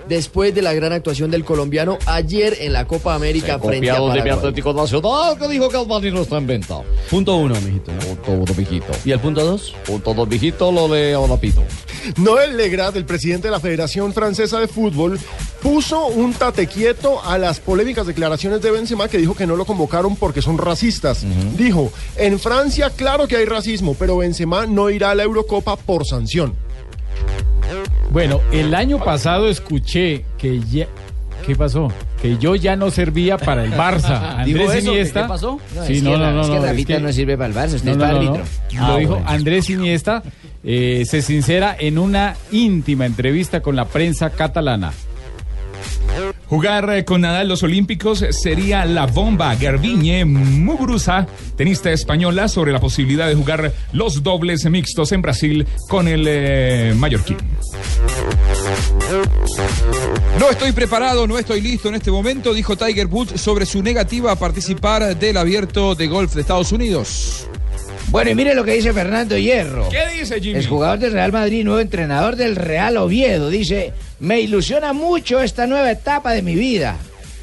después de la gran actuación del colombiano ayer en la Copa América frente a Copiado de mi Paraguay. Atlético Nacional que dijo que Armani no está en venta. Punto uno, mijito. Punto uno, mijito. ¿Y el punto dos? Punto dos, mijito, lo de Olapito. Noël Legras, el presidente de la Federación Francesa de Fútbol, puso un tate quieto a las polémicas declaraciones de Benzema, que dijo que no lo convocaron porque son racistas. Uh-huh. Dijo, en Francia claro que hay racismo, pero Benzema no irá a la Eurocopa por sanción. Bueno, el año pasado escuché que ya... ¿Qué pasó? Que yo ya no servía para el Barça. Andrés Iniesta. ¿Qué pasó? No, sí, es no, que, no, no, es que no, Rafita es que... no sirve para el Barça, usted no, es no, para no, árbitro. no. Ah, Lo dijo bueno. Andrés Iniesta, eh, se sincera en una íntima entrevista con la prensa catalana. Jugar eh, con Nadal los Olímpicos sería la bomba. Garbiñe Muguruza, tenista española, sobre la posibilidad de jugar los dobles mixtos en Brasil con el eh, mallorquín. No estoy preparado, no estoy listo en este momento, dijo Tiger Woods sobre su negativa a participar del Abierto de Golf de Estados Unidos. Bueno, y mire lo que dice Fernando Hierro. ¿Qué dice Jimmy? Es jugador del Real Madrid, nuevo entrenador del Real Oviedo. Dice, me ilusiona mucho esta nueva etapa de mi vida.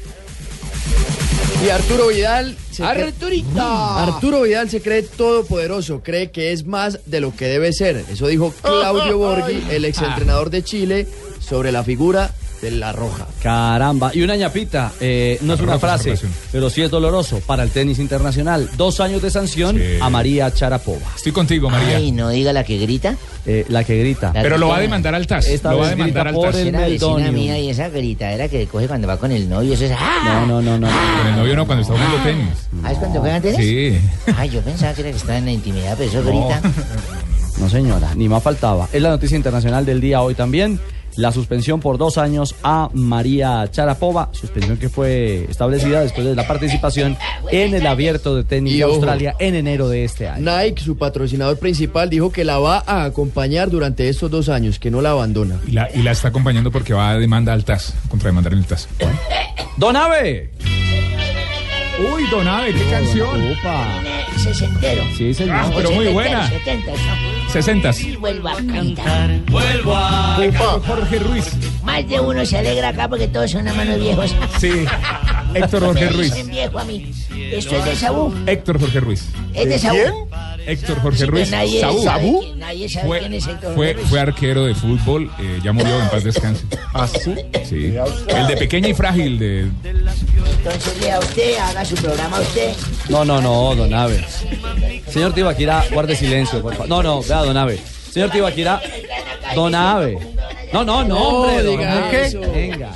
Y Arturo Vidal se Arturito. cree, Arturo Vidal se cree todopoderoso, cree que es más de lo que debe ser. Eso dijo Claudio Borghi, el exentrenador de Chile, sobre la figura de La Roja. Caramba, y una ñapita, eh, no es una frase, pero sí es doloroso para el tenis internacional. Dos años de sanción Sí. a María Sharapova. Estoy contigo, María. Ay, no diga la que grita. Eh, la que grita. La Pero lo va a grita. demandar al T A S. Esta Lo va a vez demandar grita al por T A S. el Es una vecina Meldonium. mía y esa gritadera que coge cuando va con el novio, eso es... ¡ah! No, no, no, no. Con el novio no, cuando está jugando tenis. ¿Ah, es cuando juegan tenis? Sí. Ay, yo pensaba que era que estaba en la intimidad, pero eso No. grita. No, señora, ni más faltaba. Es la noticia internacional del día hoy también. La suspensión por dos años a María Sharapova, suspensión que fue establecida después de la participación en el Abierto de Tenis Y de ojo. Australia en enero de este año. Nike, su patrocinador principal, dijo que la va a acompañar durante estos dos años, que no la abandona. Y la, y la está acompañando porque va a demanda al T A S, contra demandar en el T A S. ¡Don Ave! Uy, Don Ave, qué canción. Opa. Sesentero. Sí, señor. Ah, pero muy buena. setenta, ¿no? Sesentas. Y vuelvo a cantar. Vuelvo a Jorge Ruiz. Más de uno se alegra acá porque todos son hermanos viejos. Sí. Héctor Jorge Me Ruiz. dicen viejo a mí. Esto es de Sabú. Héctor Jorge Ruiz. Es de Sabú. Héctor Jorge Sí, Ruiz. pero nadie Sabú. sabe quién- nadie sabe Fue, quién es Héctor fue, Jorge Ruiz. fue arquero de fútbol, eh, ya murió, en paz descanse. ¿Ah, sí? Sí. El de Pequeña y Frágil de... Entonces lea usted, haga su programa usted. No, no, no, Don Ave. Señor Tibaquirá, guarde silencio, por favor. No, no, vea, Don Ave. Señor Tibaquirá, Don Ave. No, no, no, No, hombre, don diga Ave. eso. Venga.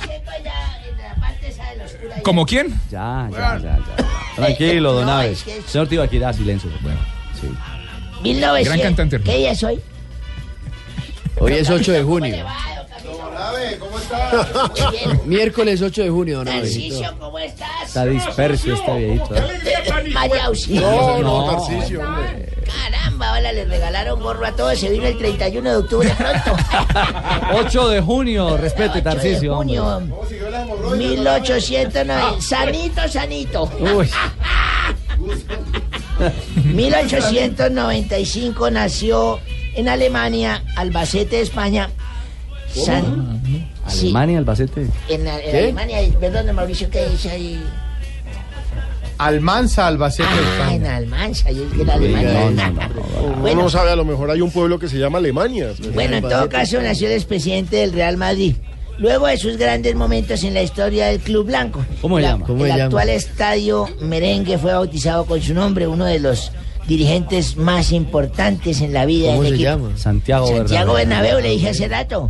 ¿Como quién? Ya, ya, ya, ya. Tranquilo, Don No, Ave. es que es- Señor Tibaquirá, silencio, por favor. Sí. mil novecientos. Gran cantante. ¿Qué día es hoy? Hoy es ocho de junio. ¿Cómo está? Miércoles ocho de junio, don Abe. Tarcisio, ¿cómo estás? Está disperso este viejito. ¿eh? María Auxilio. No, no, No. Tarcisio, hombre. Caramba, ahora le regalaron gorro a todos. Se vino el treinta y uno de octubre pronto. ocho de junio, respete, ocho de Tarcisio. hombre. junio. mil ochocientos noventa. Sanito, sanito. Uy, mil ochocientos noventa y cinco nació en Alemania, Albacete, España. San... Sí, Alemania, Albacete. en, en ¿Qué? Alemania, perdón, Mauricio, ¿qué dice ahí? Almanza, Albacete, Ah, en España. Almanza, yo dije en Alemania. No, no, no, Uno Bueno. no sabe, a lo mejor hay un pueblo que se llama Alemania. Bueno, en todo caso, nació el expresidente del Real Madrid. Luego de sus grandes momentos en la historia del Club Blanco. ¿Cómo se La- llama? ¿Cómo el se llama? actual estadio Merengue fue bautizado con su nombre, uno de los dirigentes más importantes en la vida ¿Cómo del se equipo. llama? Santiago Santiago Bernabéu. Bernabéu, le dije hace rato.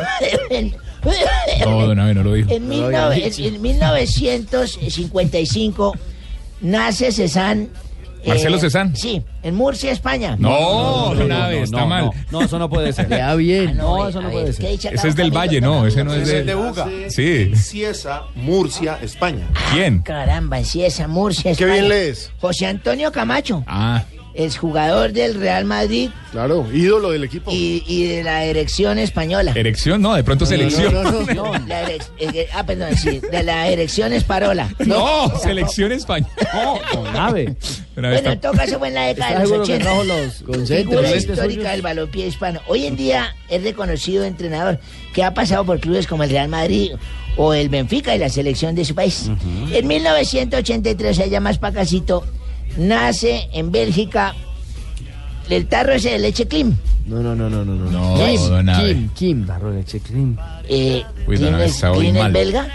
No, Don Ave no lo dijo. En, mil nove- en- en mil novecientos cincuenta y cinco nace Cezanne. eh, Marcelo Cezanne. Sí, en Murcia, España. No, Don Ave, no, está no, mal. no, no, eso no puede ser. Le da bien. No, eso no puede ser. Ese es del Valle, no, ese no es Es el de... de Buga. Sí. Cieza, Murcia, España. ¿Quién? Caramba, sí, esa Murcia, Qué España. bien lees. José Antonio Camacho. Ah, exjugador del Real Madrid. Claro, ídolo del equipo. Y, y de la erección española. Erección, no, de pronto No, selección. no, no, no, no. La erec- eh, ah, perdón, sí, de la erección esparola. No, selección española. No, con ave. Pero Bueno, está- en todo caso fue en la década de ¿Está los seguro que ochenta. trajo los concéntricos? Figura ¿Lentes histórica suyos? del balompié hispano. Hoy en día es reconocido entrenador que ha pasado por clubes como el Real Madrid o el Benfica y la selección de su país. En mil novecientos ochenta y tres, allá más pacacito, nace en Bélgica el tarro ese de leche Klim. No, no, no, no, no. no. No, Kim, don Abe. Kim, Kim. Tarro de leche Kim. Eh, Uy, don ¿Klim Abe, es, está hoy Klim es mal. belga?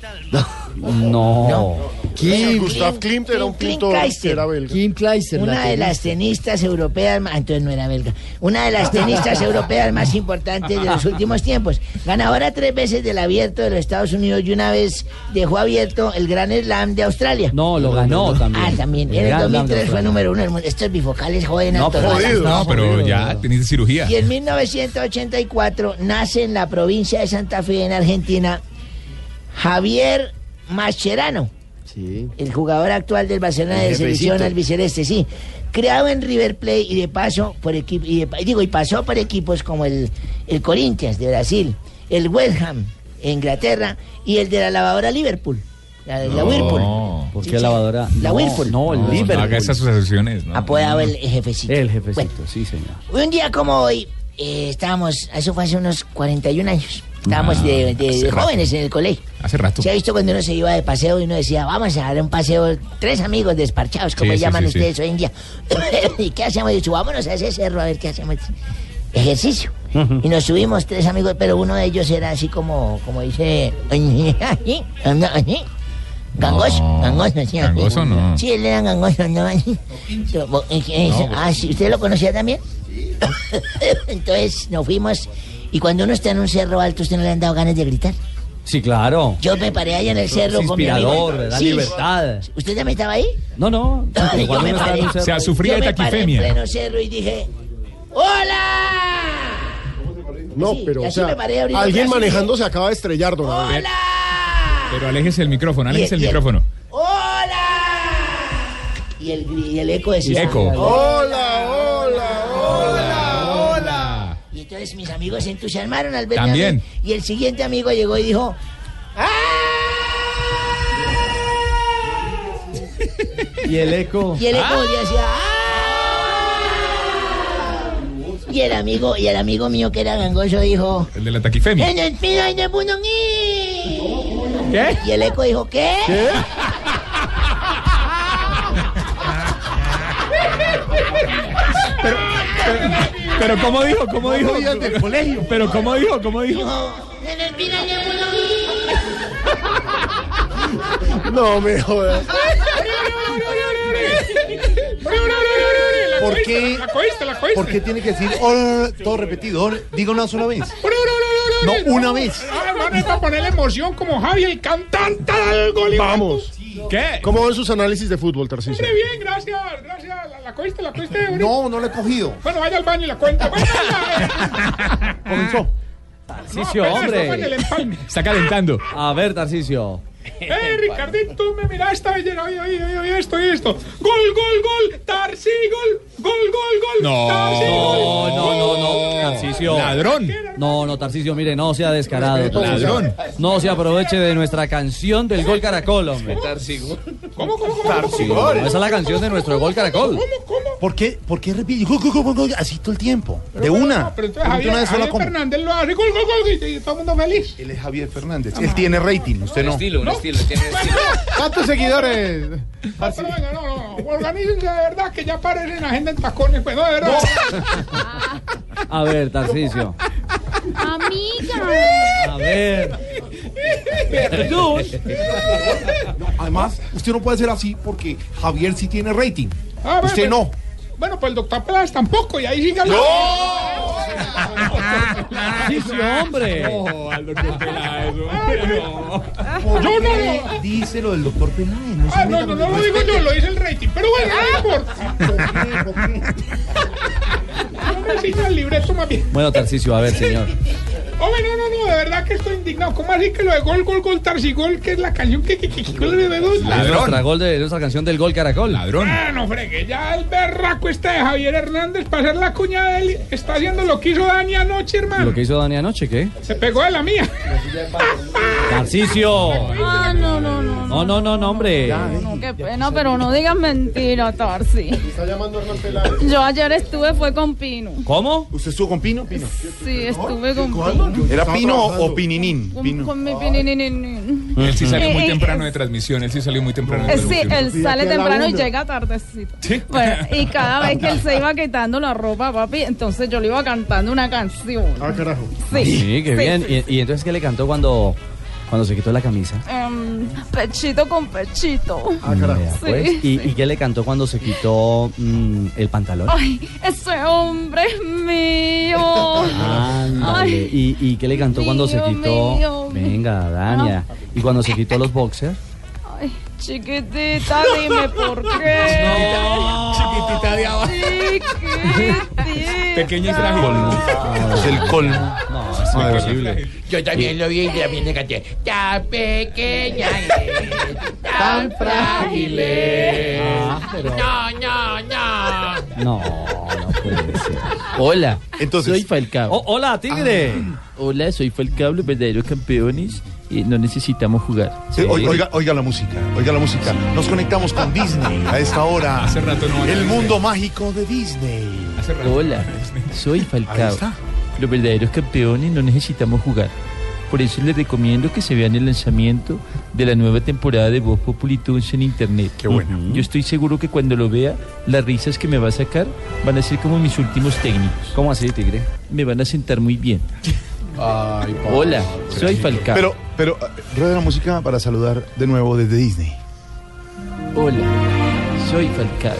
No. Kim, Gustav Klimt era un Klim pintor Kleister. que era belga. Kim Kleister. Una la de las tenista. tenistas europeas, ma- entonces no era belga, una de las tenistas europeas más importantes de los últimos tiempos. Ganadora tres veces del abierto de los Estados Unidos y una vez dejó abierto el Gran Slam de Australia. No, lo ganó también. Ah, también. El En el Grand Slam de dos mil tres fue Australia. número uno del mundo. Estos bifocales joden No, a pero- todas. Jodido. No, pero ya teniste cirugía. Y en mil novecientos ochenta y cuatro nace en la provincia de Santa Fe, en Argentina, Javier Mascherano. Sí. El jugador actual del Barcelona El de selección jefecito. albiceleste, sí. Creado en River Plate y de paso por equipo y de pa- digo y pasó por equipos como el, el Corinthians de Brasil, el West Ham de Inglaterra y el de la lavadora Liverpool, la, la Whirlpool. ¿Por Sí, qué sí. lavadora? La No, Whirlpool. No, el No, no Liverpool. haga esas asociaciones. No, Apodado no, no. el jefecito. El jefecito, Bueno, sí, señor. un día como hoy eh, estábamos, eso fue hace unos cuarenta y un años. Estábamos Ah, de, de- hace de rato. jóvenes en el colegio. Hace rato. Se ha visto cuando uno se iba de paseo y uno decía, vamos a dar un paseo, tres amigos desparchados, como Sí, sí, llaman sí, sí. ustedes hoy en día. ¿Y qué hacemos? Dicho, vámonos a ese cerro a ver qué hacemos. Ejercicio. Y nos subimos tres amigos, pero uno de ellos era así como, como dice, gangoso, No, gangoso, sí. gangoso no. Sí, él era gangoso, ¿no? Ah, ¿sí? ¿Usted lo conocía también? Entonces nos fuimos y cuando uno está en un cerro alto, ¿usted no le han dado ganas de gritar? Sí, claro. Yo me paré allá en el cerro Es con mi amigo. inspirador, ¿verdad? Sí. Libertad. ¿Usted también estaba ahí? No, no. Yo Cuando me uno está paré. en un cerro- O sea, sufría Yo de me paré en taquifemia. pleno cerro y dije, ¡hola! No, Sí, pero, y o así sea, me paré a abrir los alguien brazos y manejando se acaba de estrellar, don Abel. Pero aléjese el micrófono, aléjese el Y el- micrófono. ¡Hola! Y el, gri- y el eco decía, Eco. Hola, hola, hola, hola. Y entonces mis amigos se entusiasmaron al verme a También. mí, y el siguiente amigo llegó y dijo, Y el eco. y el eco volvía y decía, ¡ah! Y el amigo, y el amigo mío que era gangoso dijo, El de la taquifemia. "En el pino hay de Bunongí". ¿Qué? Y el eco dijo, ¿qué? Pero ¿cómo dijo? ¿Cómo dijo? del colegio. Pero ¿cómo dijo? ¿Cómo dijo? Dijo, en el pino hay de Bunongí. No me jodas. ¿Por qué, La cogiste, la cogiste. ¿Por qué tiene que decir oh, todo repetido? Diga una sola vez. No, una vez. Ah, van a ponerle emoción como Javi, el cantante del gol. Vamos. ¿Qué? ¿Cómo van sus análisis de fútbol, Tarcisio? Hombre, bien, gracias, gracias. La, la cogiste, la cogiste. hombre. No, no lo he cogido. Bueno, vaya al baño y la cuenta. Bueno, vaya. Comenzó. Tarcisio, No, apenas fue en el hombre. empalme. Está calentando. A ver, Tarcisio. Eh, Ricardito, tú me mira esta belleza. Oye, oye, oye, oye, esto y esto. Gol, gol, gol. Tarsi, gol. Gol, gol, gol. No, Tarsi, gol. no, no, no, no, Tarcisio. Ladrón. No, no, Tarcisio, mire, no sea descarado. Tarcisio. Ladrón. No se aproveche de nuestra canción del Gol Caracol, hombre. ¿Cómo, cómo, cómo? No, esa es la canción de nuestro Gol Caracol. ¿Por qué, ¿Por qué repite? Gol, gol, gol, gol, así todo el tiempo. De una. No, pero entonces De Javier, una vez sola Javier como. Fernández lo hace. Gol, gol, gol. Y, y todo el mundo feliz. Él es Javier Fernández. Él tiene rating, usted no. Estilo, un estilo, tiene estilo. ¿Cuántos seguidores? No, pero venga, no, no, no. Organícense de verdad que ya aparecen agenda en tacones. Pues no, de verdad. A ver, Tarcisio. Amiga. A ver. Perdón. No, además, usted no puede ser así porque Javier sí tiene rating. Ah, bueno, Usted pues- no. Bueno, pues el doctor Peláez tampoco. Y ahí sigue. Tarcisio, hombre. No, al doctor Peláez. ¿Por Yo qué no. dice lo del doctor Peláez? No, se Ah, no, meta no, con no el lo digo respeto. yo, lo dice el rating. Pero bueno, no importa. ¿Por qué? ¿Por qué? No me siga el libreto más bien. Bueno, Tarcisio, a ver, señor. Hombre, no, no, no, de verdad que estoy indignado. ¿Cómo así que lo de Gol, Gol, Gol, Tarsigol, que es la canción que... que, que, que, que le debo? Es nuestra, gol de, nuestra canción del Gol Caracol. Ladrón. Ah, no fregue, ya el berraco este de Javier Hernández para hacer la cuña de él está haciendo lo que hizo Dani anoche, hermano. ¿Lo que hizo Dani anoche, qué? Se pegó de la mía. Tarcisio. Ah, no, no, no. No, no, no, no, hombre. No, qué pena, pero no digas mentira, Tarsi. Está llamando Hernán Peláez. Yo ayer estuve, fue con Pino. ¿Cómo? ¿Usted estuvo con Pino? Pino. Sí, estuve con Pino. ¿Era Pino o Pininín? Con, con mi Pininín. Él sí salió muy Eh, eh, temprano de transmisión, él sí salió muy temprano de Eh, Sí, transmisión. él sale temprano y llega tardecito. ¿Sí? Bueno, y cada vez que él se iba quitando la ropa, papi, entonces yo le iba cantando una canción. Ah, carajo. Sí. Sí, qué sí, bien. sí. ¿Y, y entonces qué le cantó cuando, cuando se quitó la camisa? Em, pechito con pechito. Ah, carajo. Pues, Sí, ¿y, ¿Y qué le cantó cuando se quitó mm, el pantalón? Ay, ese hombre es mío. Ándale. Ay, ¿Y, ¿Y qué le cantó cuando se mío, quitó? mío, Venga, Dania. ¿Y cuando se quitó los boxers? ay, chiquitita, dime por qué. No, chiquitita de abajo. Chiquitita. Pequeña y frágil. Es el colmo. No, es imposible. Yo también lo vi y también le canté. Tan pequeña y tan frágil. Ah, pero- No, no, no. No, no puede ser. Hola, Entonces, soy Falcao. Oh, hola, Tigre. Hola, soy Falcao, los verdaderos campeones. Y no necesitamos jugar. Sí, o- oiga, oiga la música, oiga la música. Nos conectamos con Disney a esta hora. Hace rato no. El mundo mágico de Disney. Hace rato. Hola, soy Ahí Falcao. está. Los verdaderos campeones no necesitamos jugar. Por eso les recomiendo que se vean el lanzamiento de la nueva temporada de Voz Populi Toons en internet. Qué bueno. Yo estoy seguro que cuando lo vea, las risas que me va a sacar van a ser como mis últimos técnicos. ¿Cómo así, Tigre? Me van a sentar muy bien. Ay, pa- Hola, soy Falcao. Pero, pero, eh, rueda la música para saludar de nuevo desde Disney. Hola, soy Falcao.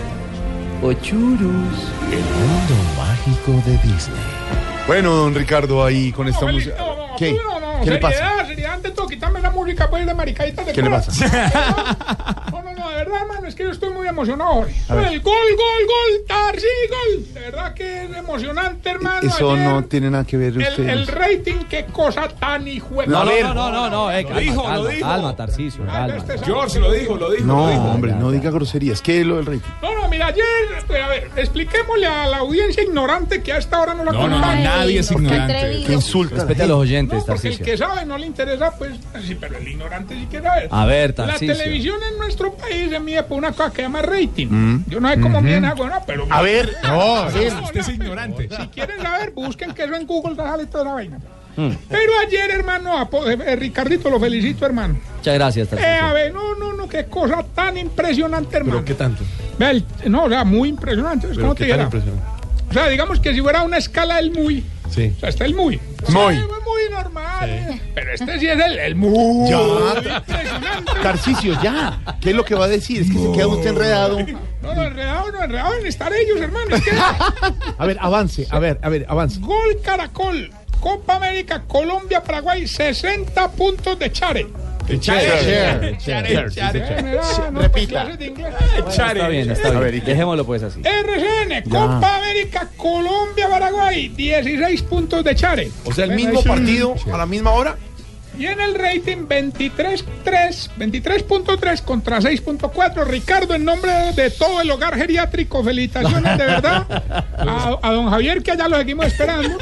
Ochurus. El mundo mágico de Disney. Bueno, don Ricardo, ahí con esta No, música. no, no, ¿Qué? no, no, ¿Qué le pasa? seriedad, seriedad ante todo, quítame la música pues de maricaditas de ¿Qué le coro. pasa? No, no, no, de verdad, hermano, es que yo estoy muy emocionado hoy. A ver. El gol, gol, gol, Tarsi, gol. De verdad que es emocionante, hermano. Eso Ayer, no tiene nada que ver el, ustedes. el rating, qué cosa tan hijo de- No, A no, ver. no, no, no, no, eh, calma, dijo, calma, lo dijo. calma, Tarcisio, calma. Este es- George lo dijo, lo dijo. No, lo dijo. hombre, no diga groserías. ¿Qué es lo del rating? No, no, mira, ayer, a ver, expliquémosle a la audiencia ignorante que a esta hora no la No, no, no, conoce. nadie es Porque- ignorante. Que insulta. Respete a los oyentes, No, porque el Tarcisio. que sabe no le interesa, pues, sí, pero el ignorante sí quiere saber. A ver, La Tarcisio. televisión en nuestro país se mide por una cosa que se llama rating. Mm. Yo no sé cómo miden algo, no, pero... A ver, no, a ver. Usted es ignorante. Si quieren saber, busquen que eso en Google sale toda la vaina. Mm. Pero ayer, hermano, apo- eh, Ricardito, lo felicito, hermano. Muchas gracias, Eh, a Tarcisio. ver, no, no, no, qué cosa tan impresionante, hermano. ¿Pero qué tanto? Vea, el- no, o sea, muy impresionante. Es ¿Pero como qué te tan dijera. impresionante? O sea, digamos que si fuera una escala del muy. Sí. O sea, está el muy. Muy. Sí, muy normal. eh. Pero este sí es el, el muy. Ya. Impresionante. Tarcisio, ya. ¿Qué es lo que va a decir? Es que se queda usted enredado. No, no, enredado, no, enredado en estar ellos, hermano. Es que A ver, avance, a ver, a ver, avance. Gol Caracol, Copa América, Colombia, Paraguay, sesenta puntos de Chare. Chare, Chare, Chare, Chare. Eh, mira, no, Repita. clases de inglés. Está bien, está A bien. ver, ¿y qué? Dejémoslo pues así. R C N, Copa América, Colombia, Paraguay, dieciséis puntos de Chare. O sea, el mismo partido a la misma hora. Y en el rating veintitrés punto tres, veintitrés punto tres contra seis punto cuatro. Ricardo, en nombre de, de todo el hogar geriátrico, felicitaciones de verdad a, a don Javier, que allá lo seguimos esperando.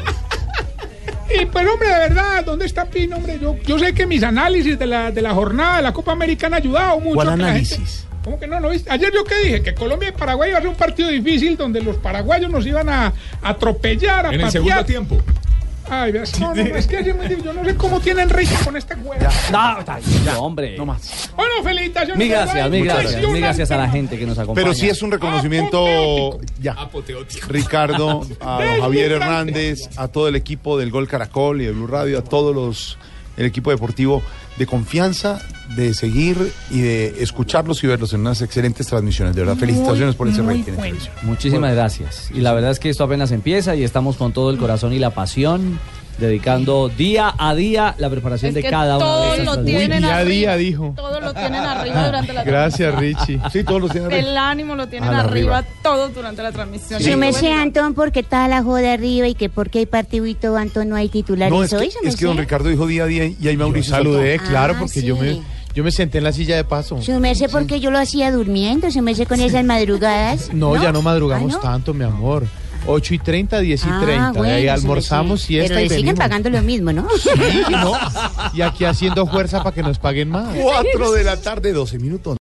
Y pues, hombre, de verdad, ¿dónde está Pino, hombre? Yo, yo sé que mis análisis de la, de la jornada de la Copa América han ayudado mucho. ¿Cuál a que la análisis? gente- ¿Cómo que no? ¿No viste? Ayer yo que dije que Colombia y Paraguay iba a ser un partido difícil donde los paraguayos nos iban a, a atropellar, a En el patear. segundo tiempo. Ay, veas, no, no, es que es muy difícil. Yo no sé cómo tienen rating con esta hueá. No, Tarcisio, hombre. No más. Bueno, felicitaciones. Mil gracias, ¿verdad? mil gracias, Impresionante. mil gracias a la gente que nos acompaña. Pero sí es un reconocimiento. Ya. Apoteótico. Ricardo, a don Javier Hernández, a todo el equipo del Gol Caracol y de Blue Radio, a todos los el equipo deportivo de confianza, de seguir y de escucharlos y verlos en unas excelentes transmisiones. De verdad, felicitaciones por ese muy rating. bueno. Muchísimas gracias. Y la verdad es que esto apenas empieza y estamos con todo el corazón y la pasión dedicando día a día la preparación Es de que cada una de todos esas lo transmisiones. tienen día a arriba. día, dijo. Todos lo tienen arriba durante la Gracias, Richie. Sí, todos los tienen El ánimo lo tienen A la arriba, arriba. todos durante la transmisión. Su merced, Antón, porque está la joda arriba y que porque hay partido y todo, Antón, no hay titulares No, es hoy, que, su es que don merced. Ricardo dijo día a día y ahí Mauricio saludé, saltó. claro, Ah, porque sí. yo me yo me senté en la silla de paso. Su merced, porque yo lo hacía durmiendo, su merced con esas madrugadas. No, ya no madrugamos Ah, ¿no? tanto, mi amor. ocho y treinta, diez y Ah, treinta. bueno, de ahí su almorzamos, merced. siesta Pero y le siguen venimos. pagando lo mismo, ¿no? Sí, no. Y aquí haciendo fuerza para que nos paguen más. Cuatro de la tarde, doce minutos.